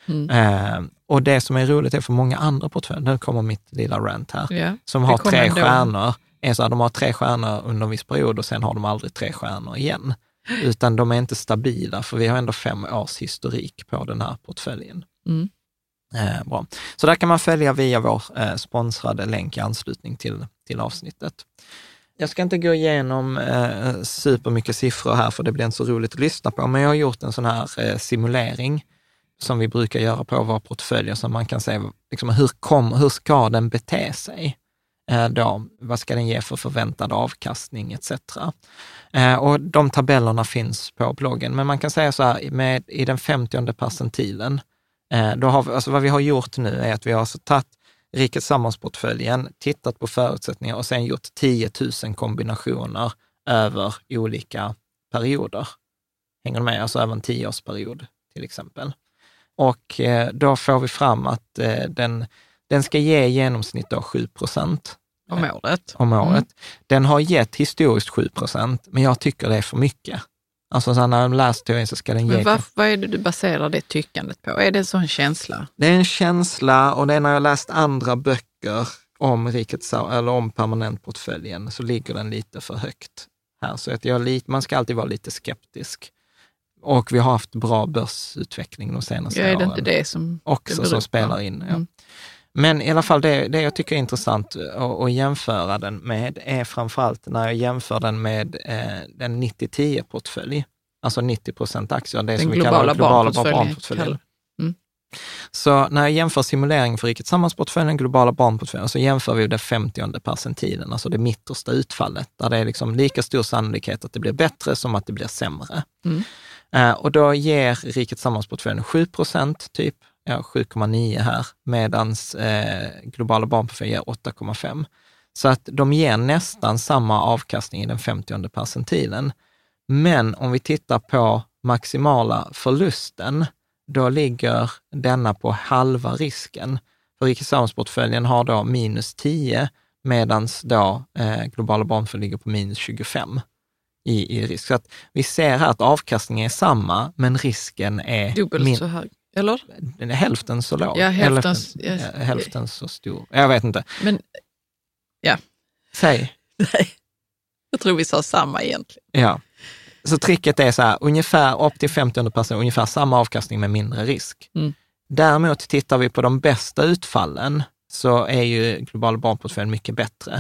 E: Och det som är roligt är för många andra portföljer, nu kommer mitt lilla rant här, som har 3 stjärnor, är så att de har 3 stjärnor under en viss period och sen har de aldrig 3 stjärnor igen. Utan de är inte stabila, för vi har ändå 5 års historik på den här portföljen. Bra. Så där kan man följa via vår sponsrade länk i anslutning till avsnittet. Jag ska inte gå igenom supermycket siffror här, för det blir inte så roligt att lyssna på, men jag har gjort en sån här simulering som vi brukar göra på våra portföljer, så man kan se liksom, hur ska den bete sig då, vad ska den ge för förväntad avkastning etc. Och de tabellerna finns på bloggen, men man kan säga så här, i den 50:e percentilen, då har vi, alltså vad vi har gjort nu är att vi har alltså tagit rikets sammansportföljen, tittat på förutsättningar och sen gjort 10 000 kombinationer över olika perioder. Hänger du med? Alltså över en 10-årsperiod till exempel. Och då får vi fram att den ska ge i genomsnitt då 7% om året. Den har gett historiskt 7%, men jag tycker det är för mycket. Alltså så när de läser teorin så ska den ge...
F: Men vad är det du baserar det tyckandet på? Är det en sån känsla?
E: Det är en känsla, och det är när jag läst andra böcker om eller om permanentportföljen, så ligger den lite för högt här. Så att man ska alltid vara lite skeptisk. Och vi har haft bra börsutveckling de senaste åren.
F: Är det inte det som
E: också som spelar in? Ja. Men i alla fall det jag tycker är intressant att jämföra den med är framförallt när jag jämför den med den 90-10-portfölj. Alltså 90% aktier, det
F: den
E: som vi
F: globala
E: kallar globala barnportföljen. Så när jag jämför simulering för rikets sammansportföljen, globala bondportföljen, så jämför vi det 50:e percentilen, alltså det mittersta utfallet, där det är liksom lika stor sannolikhet att det blir bättre som att det blir sämre. Och då ger rikets sammansportföljen 7% typ, 7,9 här, medans globala bondportföljen ger 8,5. Så att de ger nästan samma avkastning i den 50:e percentilen. Men om vi tittar på maximala förlusten, då ligger denna på halva risken. För rikets sammansportföljen har då -10, medan då globala bondportföljen ligger på -25 i risk. Så att vi ser här att avkastningen är samma, men risken är
F: dubbelt så hög, eller?
E: Den är hälften så låg.
F: Ja,
E: hälften så stor. Jag vet inte.
F: Men, ja.
E: Säg.
F: Nej, jag tror vi sa samma egentligen.
E: Ja. Så tricket är så här, ungefär upp till 50%, ungefär samma avkastning med mindre risk. Däremot tittar vi på de bästa utfallen, så är ju globala bondportföljen mycket bättre.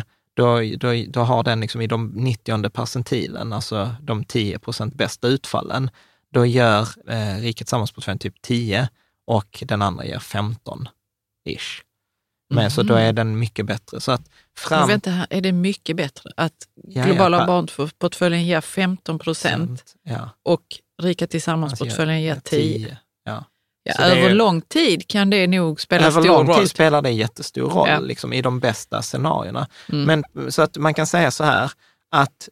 E: Då har den liksom i de 90:e percentilen, alltså de 10% bästa utfallen, då gör rikets sammansportföljen typ 10 och den andra ger 15-ish. Men så då är den mycket bättre. Så att
F: Men vänta här, är det mycket bättre att globala bondportföljen ger 15% och rika tillsammansportföljen ger 10? Ja, över lång tid kan det nog spela stor roll.
E: Över lång tid spelar det jättestor roll liksom, i de bästa scenarierna. Men så att man kan säga så här, att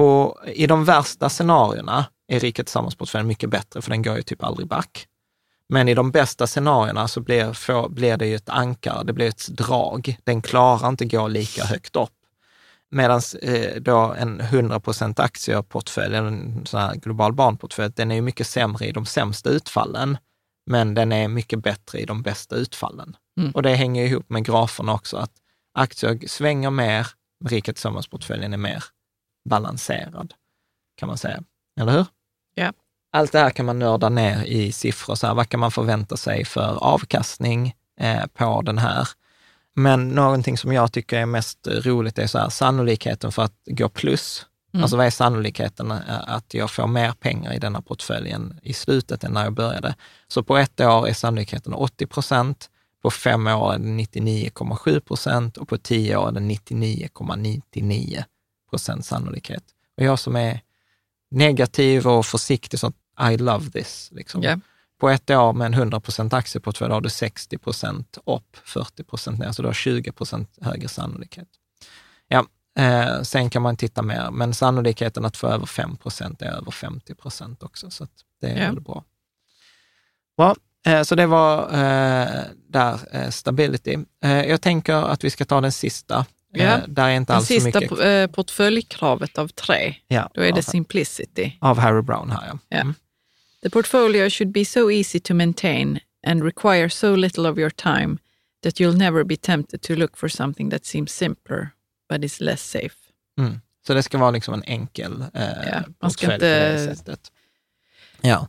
E: i de värsta scenarierna är rika tillsammansportföljen mycket bättre, för den går ju typ aldrig back. Men i de bästa scenarierna så blir det ju ett ankar, det blir ett drag. Den klarar inte gå lika högt upp. Medan då en 100% aktieportfölj, en sån här global bondportfölj, den är ju mycket sämre i de sämsta utfallen, men den är mycket bättre i de bästa utfallen. Och det hänger ihop med graferna också, att aktier svänger mer, rika tillsammansportföljen är mer balanserad, kan man säga. Eller hur?
F: Ja.
E: Allt det här kan man nörda ner i siffror. Så här, vad kan man förvänta sig för avkastning på den här? Men någonting som jag tycker är mest roligt är så här, sannolikheten för att gå plus. Alltså vad är sannolikheten att jag får mer pengar i denna portföljen i slutet än när jag började? Så på 1 år är sannolikheten 80%, på 5 år är det 99,7% och på 10 år är det 99,99% sannolikhet. Och jag som är negativ och försiktig, så I love this. Liksom. Yeah. På 1 år med en 100% aktieportfölj har du 60% upp, 40% ner, så du har 20% högre sannolikhet. Ja, sen kan man titta mer, men sannolikheten att få över 5% är över 50% också, så att det är väldigt bra. Bra, så det var stability. Jag tänker att vi ska ta den sista. Där är inte alls så mycket.
F: Den sista portföljkravet av 3, då är det simplicity.
E: Av Harry Brown här,
F: The portfolio should be so easy to maintain and require so little of your time that you'll never be tempted to look for something that seems simpler but is less safe.
E: Så det ska vara liksom en enkel
F: man ska inte...
E: på det sättet. Ja,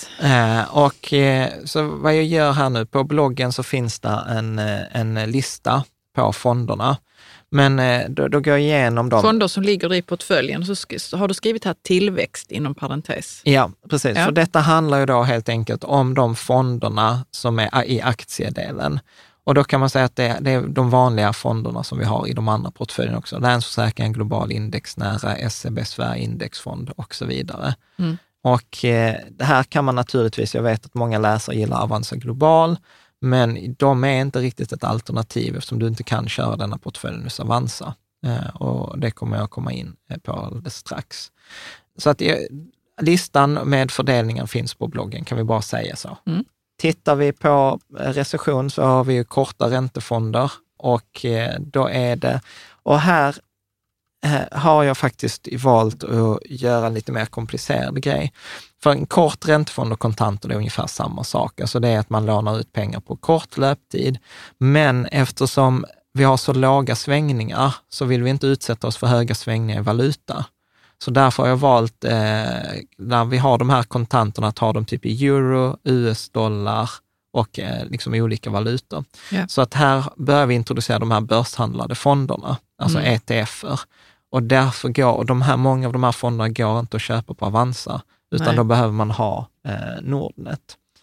E: och så vad jag gör här nu, på bloggen så finns det en lista på fonderna. Men då går jag igenom dem.
F: Fonder som ligger i portföljen, så har du skrivit här tillväxt inom parentes.
E: Ja, precis. För detta handlar ju då helt enkelt om de fonderna som är i aktiedelen. Och då kan man säga att det är de vanliga fonderna som vi har i de andra portföljerna också. Länsförsäkringen, global indexnära, SEB Sverige indexfond och så vidare. Och det här kan man naturligtvis, jag vet att många läsare gillar Avanza Global, men de är inte riktigt ett alternativ eftersom du inte kan köra denna portföljen hos Avanza. Och det kommer jag komma in på alldeles strax. Så att listan med fördelningen finns på bloggen, kan vi bara säga så. Tittar vi på recession så har vi ju korta räntefonder och då är det, och här har jag faktiskt valt att göra en lite mer komplicerad grej. För en kort räntefond och kontanter är ungefär samma sak. Alltså det är att man lånar ut pengar på kort löptid. Men eftersom vi har så låga svängningar så vill vi inte utsätta oss för höga svängningar i valuta. Så därför har jag valt, när vi har de här kontanterna, att ha dem typ i euro, US-dollar och liksom i olika valutor. Yeah. Så att här börjar vi introducera de här börshandlade fonderna, alltså ETFer. Och därför många av de här fonderna går inte att köpa på Avanza, utan då behöver man ha Nordnet.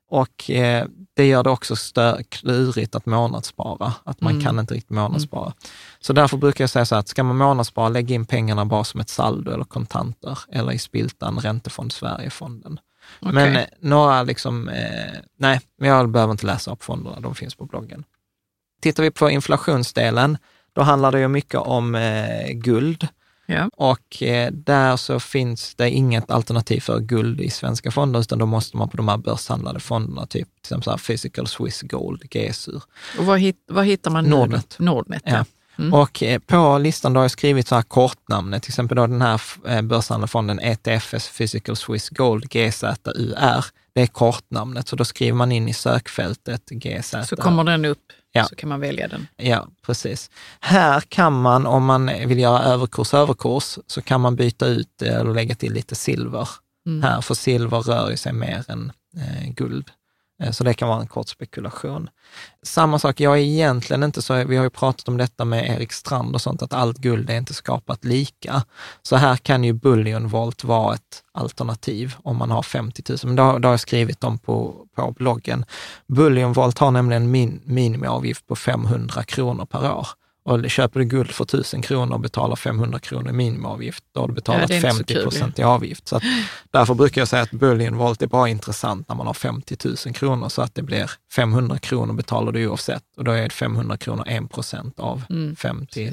E: Och det gör det också klurigt att månadsspara. Att man kan inte riktigt månadsspara. Så därför brukar jag säga så att ska man månadsspara, lägga in pengarna bara som ett saldo eller kontanter. Eller i Spiltan, Räntefond Sverigefonden.
F: Okay.
E: Men några liksom, nej, jag behöver inte läsa upp fonderna, de finns på bloggen. Tittar vi på inflationsdelen, då handlar det ju mycket om guld.
F: Ja.
E: Och där så finns det inget alternativ för guld i svenska fonder, utan då måste man på de här börshandlade fonderna, typ till exempel så här Physical Swiss Gold, GSUR.
F: Och vad hittar man nu? Nordnet, ja.
E: Och på listan då har jag skrivit så här kortnamnet, till exempel då den här börshandlade fonden ETFS Physical Swiss Gold, GZUR, det är kortnamnet, så då skriver man in i sökfältet GZUR.
F: Så kommer den upp.
E: Ja.
F: Så kan man välja den.
E: Ja, precis. Här kan man, om man vill göra överkurs, så kan man byta ut eller lägga till lite silver. Här, för silver rör sig mer än guld. Så det kan vara en kort spekulation. Samma sak, jag är egentligen inte så, vi har ju pratat om detta med Erik Strand och sånt, att allt guld är inte skapat lika. Så här kan ju Bullion Vault vara ett alternativ om man har 50 000. Men då har jag skrivit dem på bloggen. Bullion Vault har nämligen minimiavgift på 500 kronor per år. Och köper du guld för 1000 kronor och betalar 500 kronor i minimiavgift, då har du betalat 50% i avgift. Så att, därför brukar jag säga att Bullion Vault är bara intressant när man har 50 000 kronor, så att det blir 500 kronor betalar du oavsett. Och då är det 500 kronor 1% av 50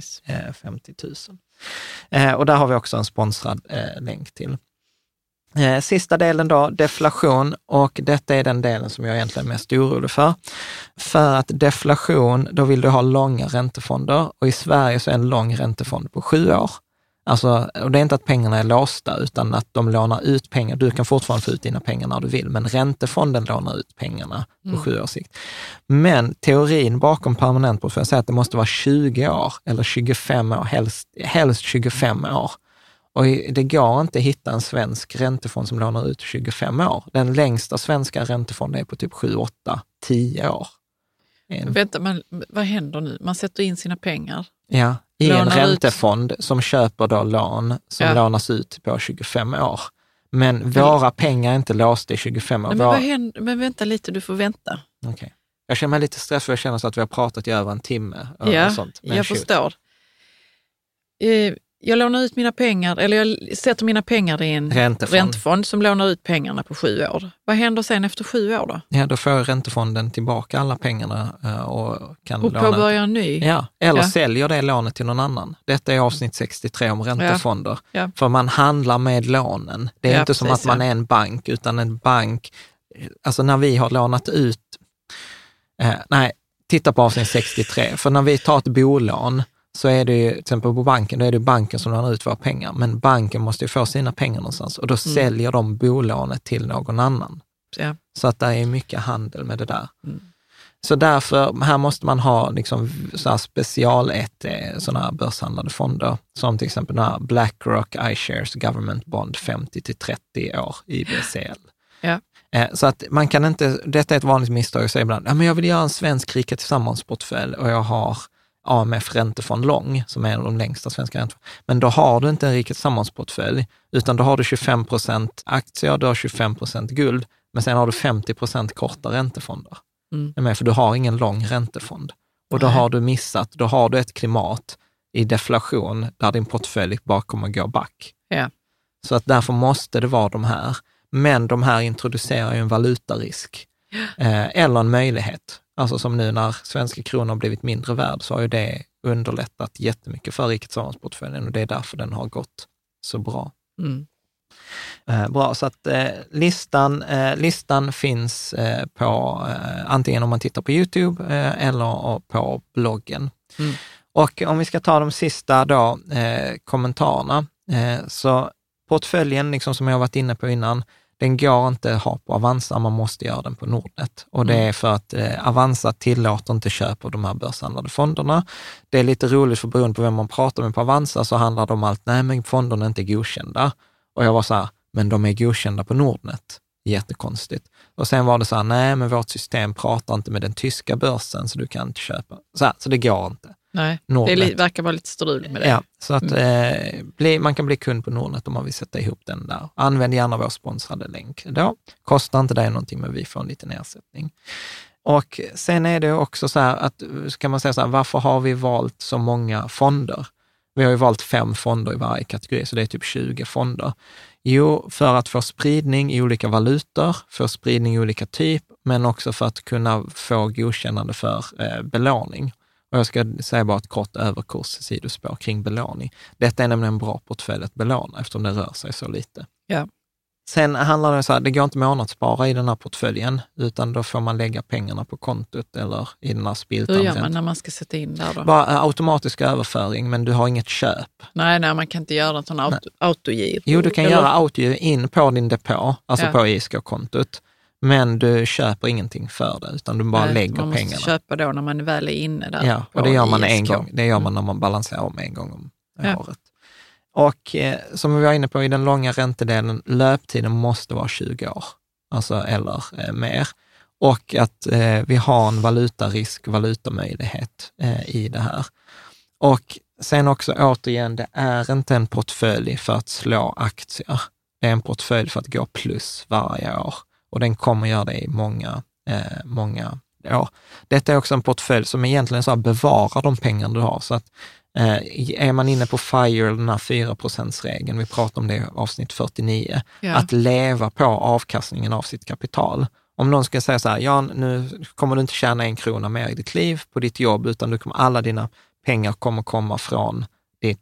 E: 000. Och där har vi också en sponsrad länk till. Sista delen då, deflation, och detta är den delen som jag egentligen är mest orolig för. För att deflation, då vill du ha långa räntefonder, och i Sverige så är en lång räntefond på 7 år. Alltså, och det är inte att pengarna är låsta, utan att de lånar ut pengar. Du kan fortfarande få ut dina pengar när du vill, men räntefonden lånar ut pengarna på 7 års sikt. Men teorin bakom permanentportfölj säger att det måste vara 20 år eller 25 år, helst 25 år. Och det går inte att hitta en svensk räntefond som lånar ut 25 år. Den längsta svenska räntefonden är på typ 7, 8, 10 år.
F: Vänta, vad händer nu? Man sätter in sina pengar.
E: Ja, i en räntefond som köper då lån som lånas ut på 25 år. Men våra pengar är inte låsta i 25 år.
F: Nej, men vad händer? Men vänta lite, du får vänta.
E: Okay. Jag känner mig lite stressad, för jag känner så att vi har pratat i över en timme.
F: Ja,
E: och sånt. Men
F: jag förstår. Jag lånar ut mina pengar, eller jag sätter mina pengar i en räntefond som lånar ut pengarna på 7 år. Vad händer sen efter 7 år då? Ja,
E: då får räntefonden tillbaka alla pengarna och kan
F: och påbörja en ny.
E: Ja, eller säljer det lånet till någon annan. Detta är avsnitt 63 om räntefonder. Ja. För man handlar med lånen. Det är inte som att man är en bank, utan en bank, alltså när vi har lånat ut, titta på avsnitt 63. För när vi tar ett bolån, så är det ju, till exempel på banken, då är det banken som lånar ut våra pengar. Men banken måste ju få sina pengar någonstans, och då säljer de bolånet till någon annan.
F: Ja.
E: Så att det är mycket handel med det där. Så därför, här måste man ha liksom så här sådana här börshandlade fonder, som till exempel den här BlackRock iShares Government Bond 50-30 år IBCL.
F: Ja.
E: Så att man kan inte, detta är ett vanligt misstag att säga ibland, men jag vill göra en svensk rika tillsammans-portfölj och jag har AMF Räntefond Lång, som är en av de längsta svenska räntefond. Men då har du inte en rika tillsammans-portfölj, utan då har du 25% aktier, du har 25% guld, men sen har du 50% korta räntefonder. För du har ingen lång räntefond. Och då har du missat, då har du ett klimat i deflation där din portfölj bara kommer gå back.
F: Ja.
E: Så att därför måste det vara de här. Men de här introducerar ju en valutarisk eller en möjlighet. Alltså som nu när svenska kronor har blivit mindre värd, så har ju det underlättat jättemycket för rikets samhällsportföljen, och det är därför den har gått så bra. Bra, så att listan finns på antingen om man tittar på YouTube eller på bloggen. Och om vi ska ta de sista då, kommentarerna, så portföljen, liksom som jag har varit inne på innan, den går inte att ha på Avanza, man måste göra den på Nordnet. Och det är för att Avanza tillåter inte köp av de här börshandlade fonderna. Det är lite roligt, för beroende på vem man pratar med på Avanza så handlar det om allt, nej men fonderna är inte godkända. Och jag var så här, men de är godkända på Nordnet. Jättekonstigt. Och sen var det så här, nej men vårt system pratar inte med den tyska börsen, så du kan inte köpa. Så det går inte.
F: Nej,
E: Nordnet.
F: det verkar vara lite strul med det.
E: Ja, så att man kan bli kund på Nordnet om man vill sätta ihop den där. Använd gärna vår sponsrade länk då. Kostar inte det någonting, men vi får en liten ersättning. Och sen är det också så här att, ska man säga så här, varför har vi valt så många fonder? Vi har ju valt 5 fonder i varje kategori, så det är typ 20 fonder. Jo, för att få spridning i olika valutor, få spridning i olika typ, men också för att kunna få godkännande för belåning. Och jag ska säga bara ett kort överkurssidospår kring belåning. Detta är nämligen en bra portfölj att belåna eftersom det rör sig så lite.
F: Ja.
E: Sen handlar det så här, det går inte månadsspara i den här portföljen, utan då får man lägga pengarna på kontot eller i den här spiltan.
F: Hur gör man när man ska sätta in där då?
E: Bara automatisk överföring, men du har inget köp.
F: Nej, man kan inte göra en sån autogir.
E: Jo, du kan göra autogir in på din depå, alltså på ISK-kontot. Men du köper ingenting för det, utan du bara lägger pengarna.
F: Man måste köpa då när man väl är inne där.
E: Ja, och det gör man en gång. Det gör man när man balanserar om en gång om året. Och som vi var inne på i den långa räntedelen, löptiden måste vara 20 år, alltså eller mer. Och att vi har en valutarisk, valutamöjlighet i det här. Och sen också återigen, det är inte en portfölj för att slå aktier. Det är en portfölj för att gå plus varje år. Och den kommer göra det i många år. Detta är också en portfölj som egentligen så här bevarar de pengar du har. Så att är man inne på FIRE, den här 4%-regeln, vi pratar om det i avsnitt 49, att leva på avkastningen av sitt kapital. Om någon ska säga så här, Jan, nu kommer du inte tjäna 1 krona mer i ditt liv på ditt jobb, utan alla dina pengar kommer komma från ditt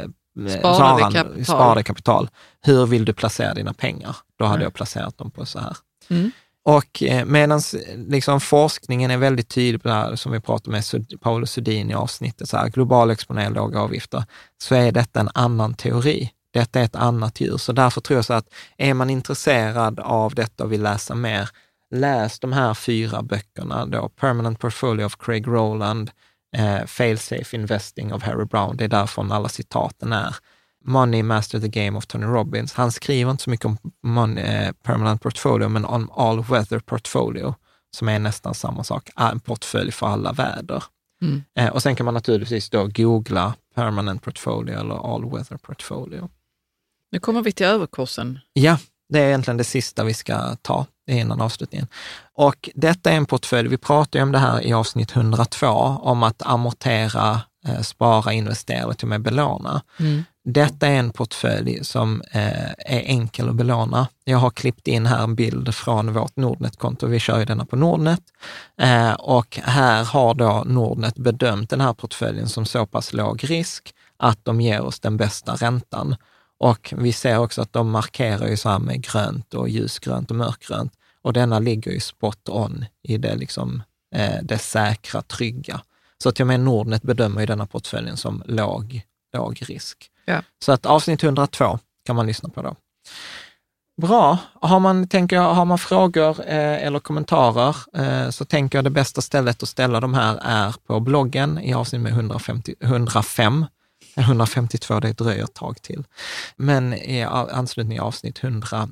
E: sparade kapital. Hur vill du placera dina pengar? Då hade jag placerat dem på så här. Mm. Och medan liksom forskningen är väldigt tydlig på det här, som vi pratade med Paolo Sudin i avsnittet, så här, global exponering, låga avgifter, så är detta en annan teori. Detta är ett annat djur. Så därför tror jag så att är man intresserad av detta och vill läsa mer, läs de här 4 böckerna då. Permanent Portfolio of Craig Rowland, Fail-Safe Investing of Harry Brown, det är därifrån alla citaten är. Money Master the Game of Tony Robbins. Han skriver inte så mycket om Permanent Portfolio, men om All Weather Portfolio, som är nästan samma sak. En portfölj för alla väder. Mm. Och sen kan man naturligtvis då googla Permanent Portfolio eller All Weather Portfolio.
F: Nu kommer vi till överkursen.
E: Ja, det är egentligen det sista vi ska ta innan avslutningen. Och detta är en portfölj, vi pratade om det här i avsnitt 102, om att amortera, spara, investera och till och med belåna. Mm. Detta är en portfölj som är enkel att belåna. Jag har klippt in här en bild från vårt Nordnet-konto. Vi kör ju denna på Nordnet. Och här har då Nordnet bedömt den här portföljen som så pass låg risk att de ger oss den bästa räntan. Och vi ser också att de markerar ju så här med grönt och ljusgrönt och mörkgrönt. Och denna ligger ju spot on i det, liksom, det säkra, trygga. Så till och med Nordnet bedömer ju denna portföljen som låg risk. Ja. Så att avsnitt 102 kan man lyssna på då. Bra. Har man frågor eller kommentarer så tänker jag det bästa stället att ställa de här är på bloggen i avsnitt med 105. 152, det dröjer ett tag till. Men i anslutning i avsnitt 105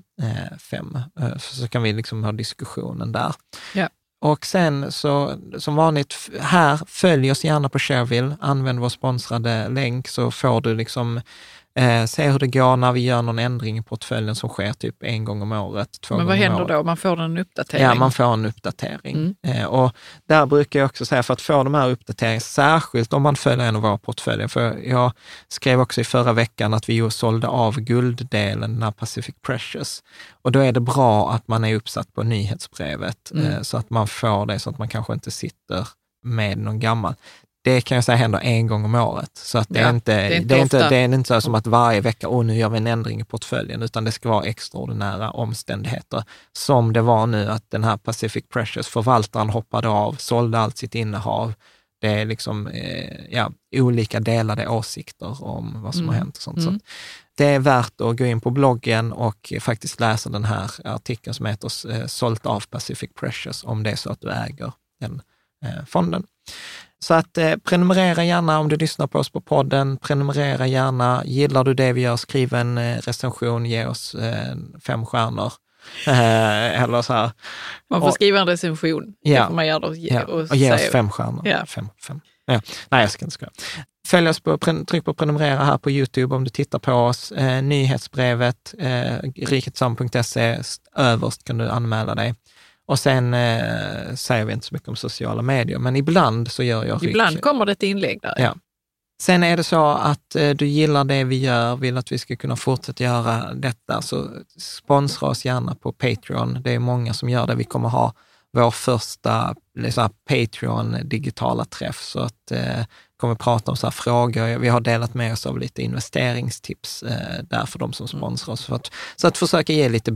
E: så kan vi liksom ha diskussionen där. Ja. Och sen så som vanligt här, följ oss gärna på Shareville, använd vår sponsrade länk så får du liksom se hur det går när vi gör någon ändring i portföljen som sker typ 1 gång om året, 2 gånger om året. Men vad händer
F: då? Man får en uppdatering?
E: Ja, man får en uppdatering. Och där brukar jag också säga, för att få de här uppdateringarna, särskilt om man följer en av våra portföljer, för jag skrev också i förra veckan att vi ju sålde av gulddelen, den här Pacific Precious. Och då är det bra att man är uppsatt på nyhetsbrevet så att man får det, så att man kanske inte sitter med någon gammal. Det kan jag säga händer 1 gång om året. Så att det är inte så som att varje vecka, nu gör vi en ändring i portföljen, utan det ska vara extraordinära omständigheter. Som det var nu att den här Pacific Precious förvaltaren hoppade av, sålde allt sitt innehav. Det är liksom olika delade åsikter om vad som har hänt och sånt. Så det är värt att gå in på bloggen och faktiskt läsa den här artikeln som heter Sålt av Pacific Precious, om det är så att du äger den fonden. Så att prenumerera gärna om du lyssnar på oss på podden, prenumerera gärna, gillar du det vi gör, skriv en recension, ge oss 5 stjärnor. Eller så här.
F: Man får skriva en recension.
E: Ja,
F: får man göra
E: och ge oss 5 stjärnor.
F: Ja.
E: 5. Ja. Nej, jag ska inte skoja. Följ oss tryck på prenumerera här på YouTube om du tittar på oss. Nyhetsbrevet, riketsam.se, överst kan du anmäla dig. Och sen säger vi inte så mycket om sociala medier, men ibland så gör jag...
F: Ibland kommer det ett inlägg där.
E: Ja. Sen är det så att du gillar det vi gör, vill att vi ska kunna fortsätta göra detta, så sponsra oss gärna på Patreon. Det är många som gör det. Vi kommer ha vår första Patreon-digitala träff, så att kommer prata om så här frågor. Vi har delat med oss av lite investeringstips där för de som sponsrar oss, så att försöka ge lite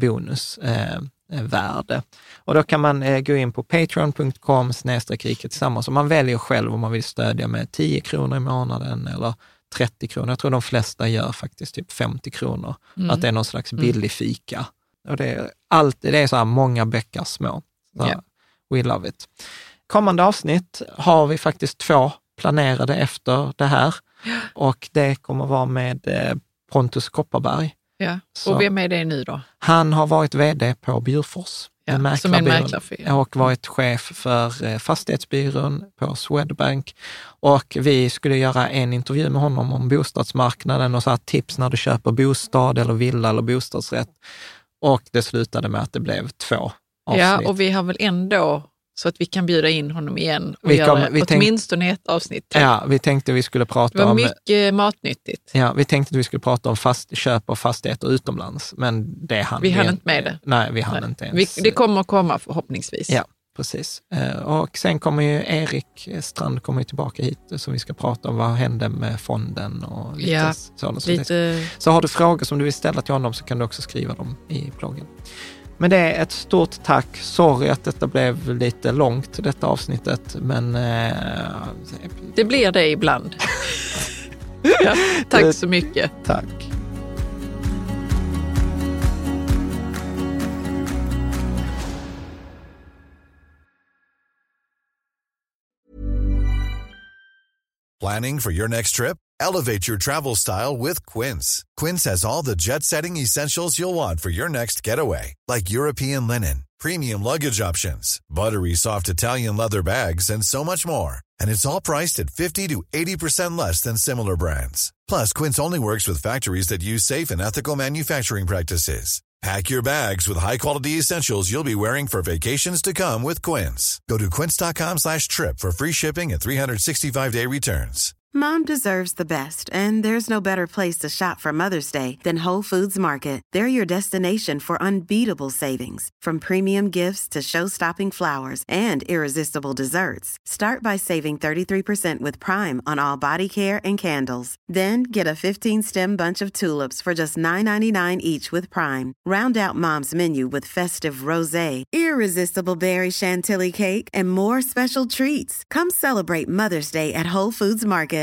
E: bonusvärde. Och då kan man gå in på patreon.com/riket tillsammans, och man väljer själv om man vill stödja med 10 kronor i månaden eller 30 kronor. Jag tror de flesta gör faktiskt typ 50 kronor. Att det är någon slags billig fika. Och det är så här många bäckar små. Så, we love it. Kommande avsnitt har vi faktiskt 2 planerade efter det här. Och det kommer vara med Pontus Kopparberg.
F: Ja, och vem är det nu då?
E: Han har varit vd på Bjurfors.
F: Som en mäklarfirma.
E: Och varit chef för fastighetsbyrån på Swedbank. Och vi skulle göra en intervju med honom om bostadsmarknaden och så här tips när du köper bostad eller villa eller bostadsrätt. Och det slutade med att det blev 2 avsnitt.
F: Ja, och vi har väl ändå så att vi kan bjuda in honom igen och göra åtminstone ett avsnitt till.
E: Ja, vi tänkte vi skulle prata om...
F: Det var mycket matnyttigt.
E: Ja, vi tänkte att vi skulle prata om köp av fastigheter utomlands, men det hann
F: vi. Hann inte med det.
E: Nej, vi hann inte ens.
F: Det kommer att komma förhoppningsvis.
E: Ja, precis. Och sen kommer ju Erik Strand tillbaka hit, så vi ska prata om vad hände med fonden och lite sådant. Så har du frågor som du vill ställa till honom så kan du också skriva dem i bloggen. Men det är ett stort tack. Sorry att detta blev lite långt, detta avsnittet, men...
F: det blir det ibland. Ja, tack så mycket.
E: Tack.
A: Planning for your next trip? Elevate your travel style with Quince. Quince has all the jet-setting essentials you'll want for your next getaway, like European linen, premium luggage options, buttery soft Italian leather bags, and so much more. And it's all priced at 50 to 80% less than similar brands. Plus, Quince only works with factories that use safe and ethical manufacturing practices. Pack your bags with high-quality essentials you'll be wearing for vacations to come with Quince. Go to quince.com/trip for free shipping and 365-day returns.
G: Mom deserves the best, and there's no better place to shop for Mother's Day than Whole Foods Market. They're your destination for unbeatable savings, from premium gifts to show-stopping flowers and irresistible desserts. Start by saving 33% with Prime on all body care and candles. Then get a 15-stem bunch of tulips for just $9.99 each with Prime. Round out Mom's menu with festive rosé, irresistible berry chantilly cake, and more special treats. Come celebrate Mother's Day at Whole Foods Market.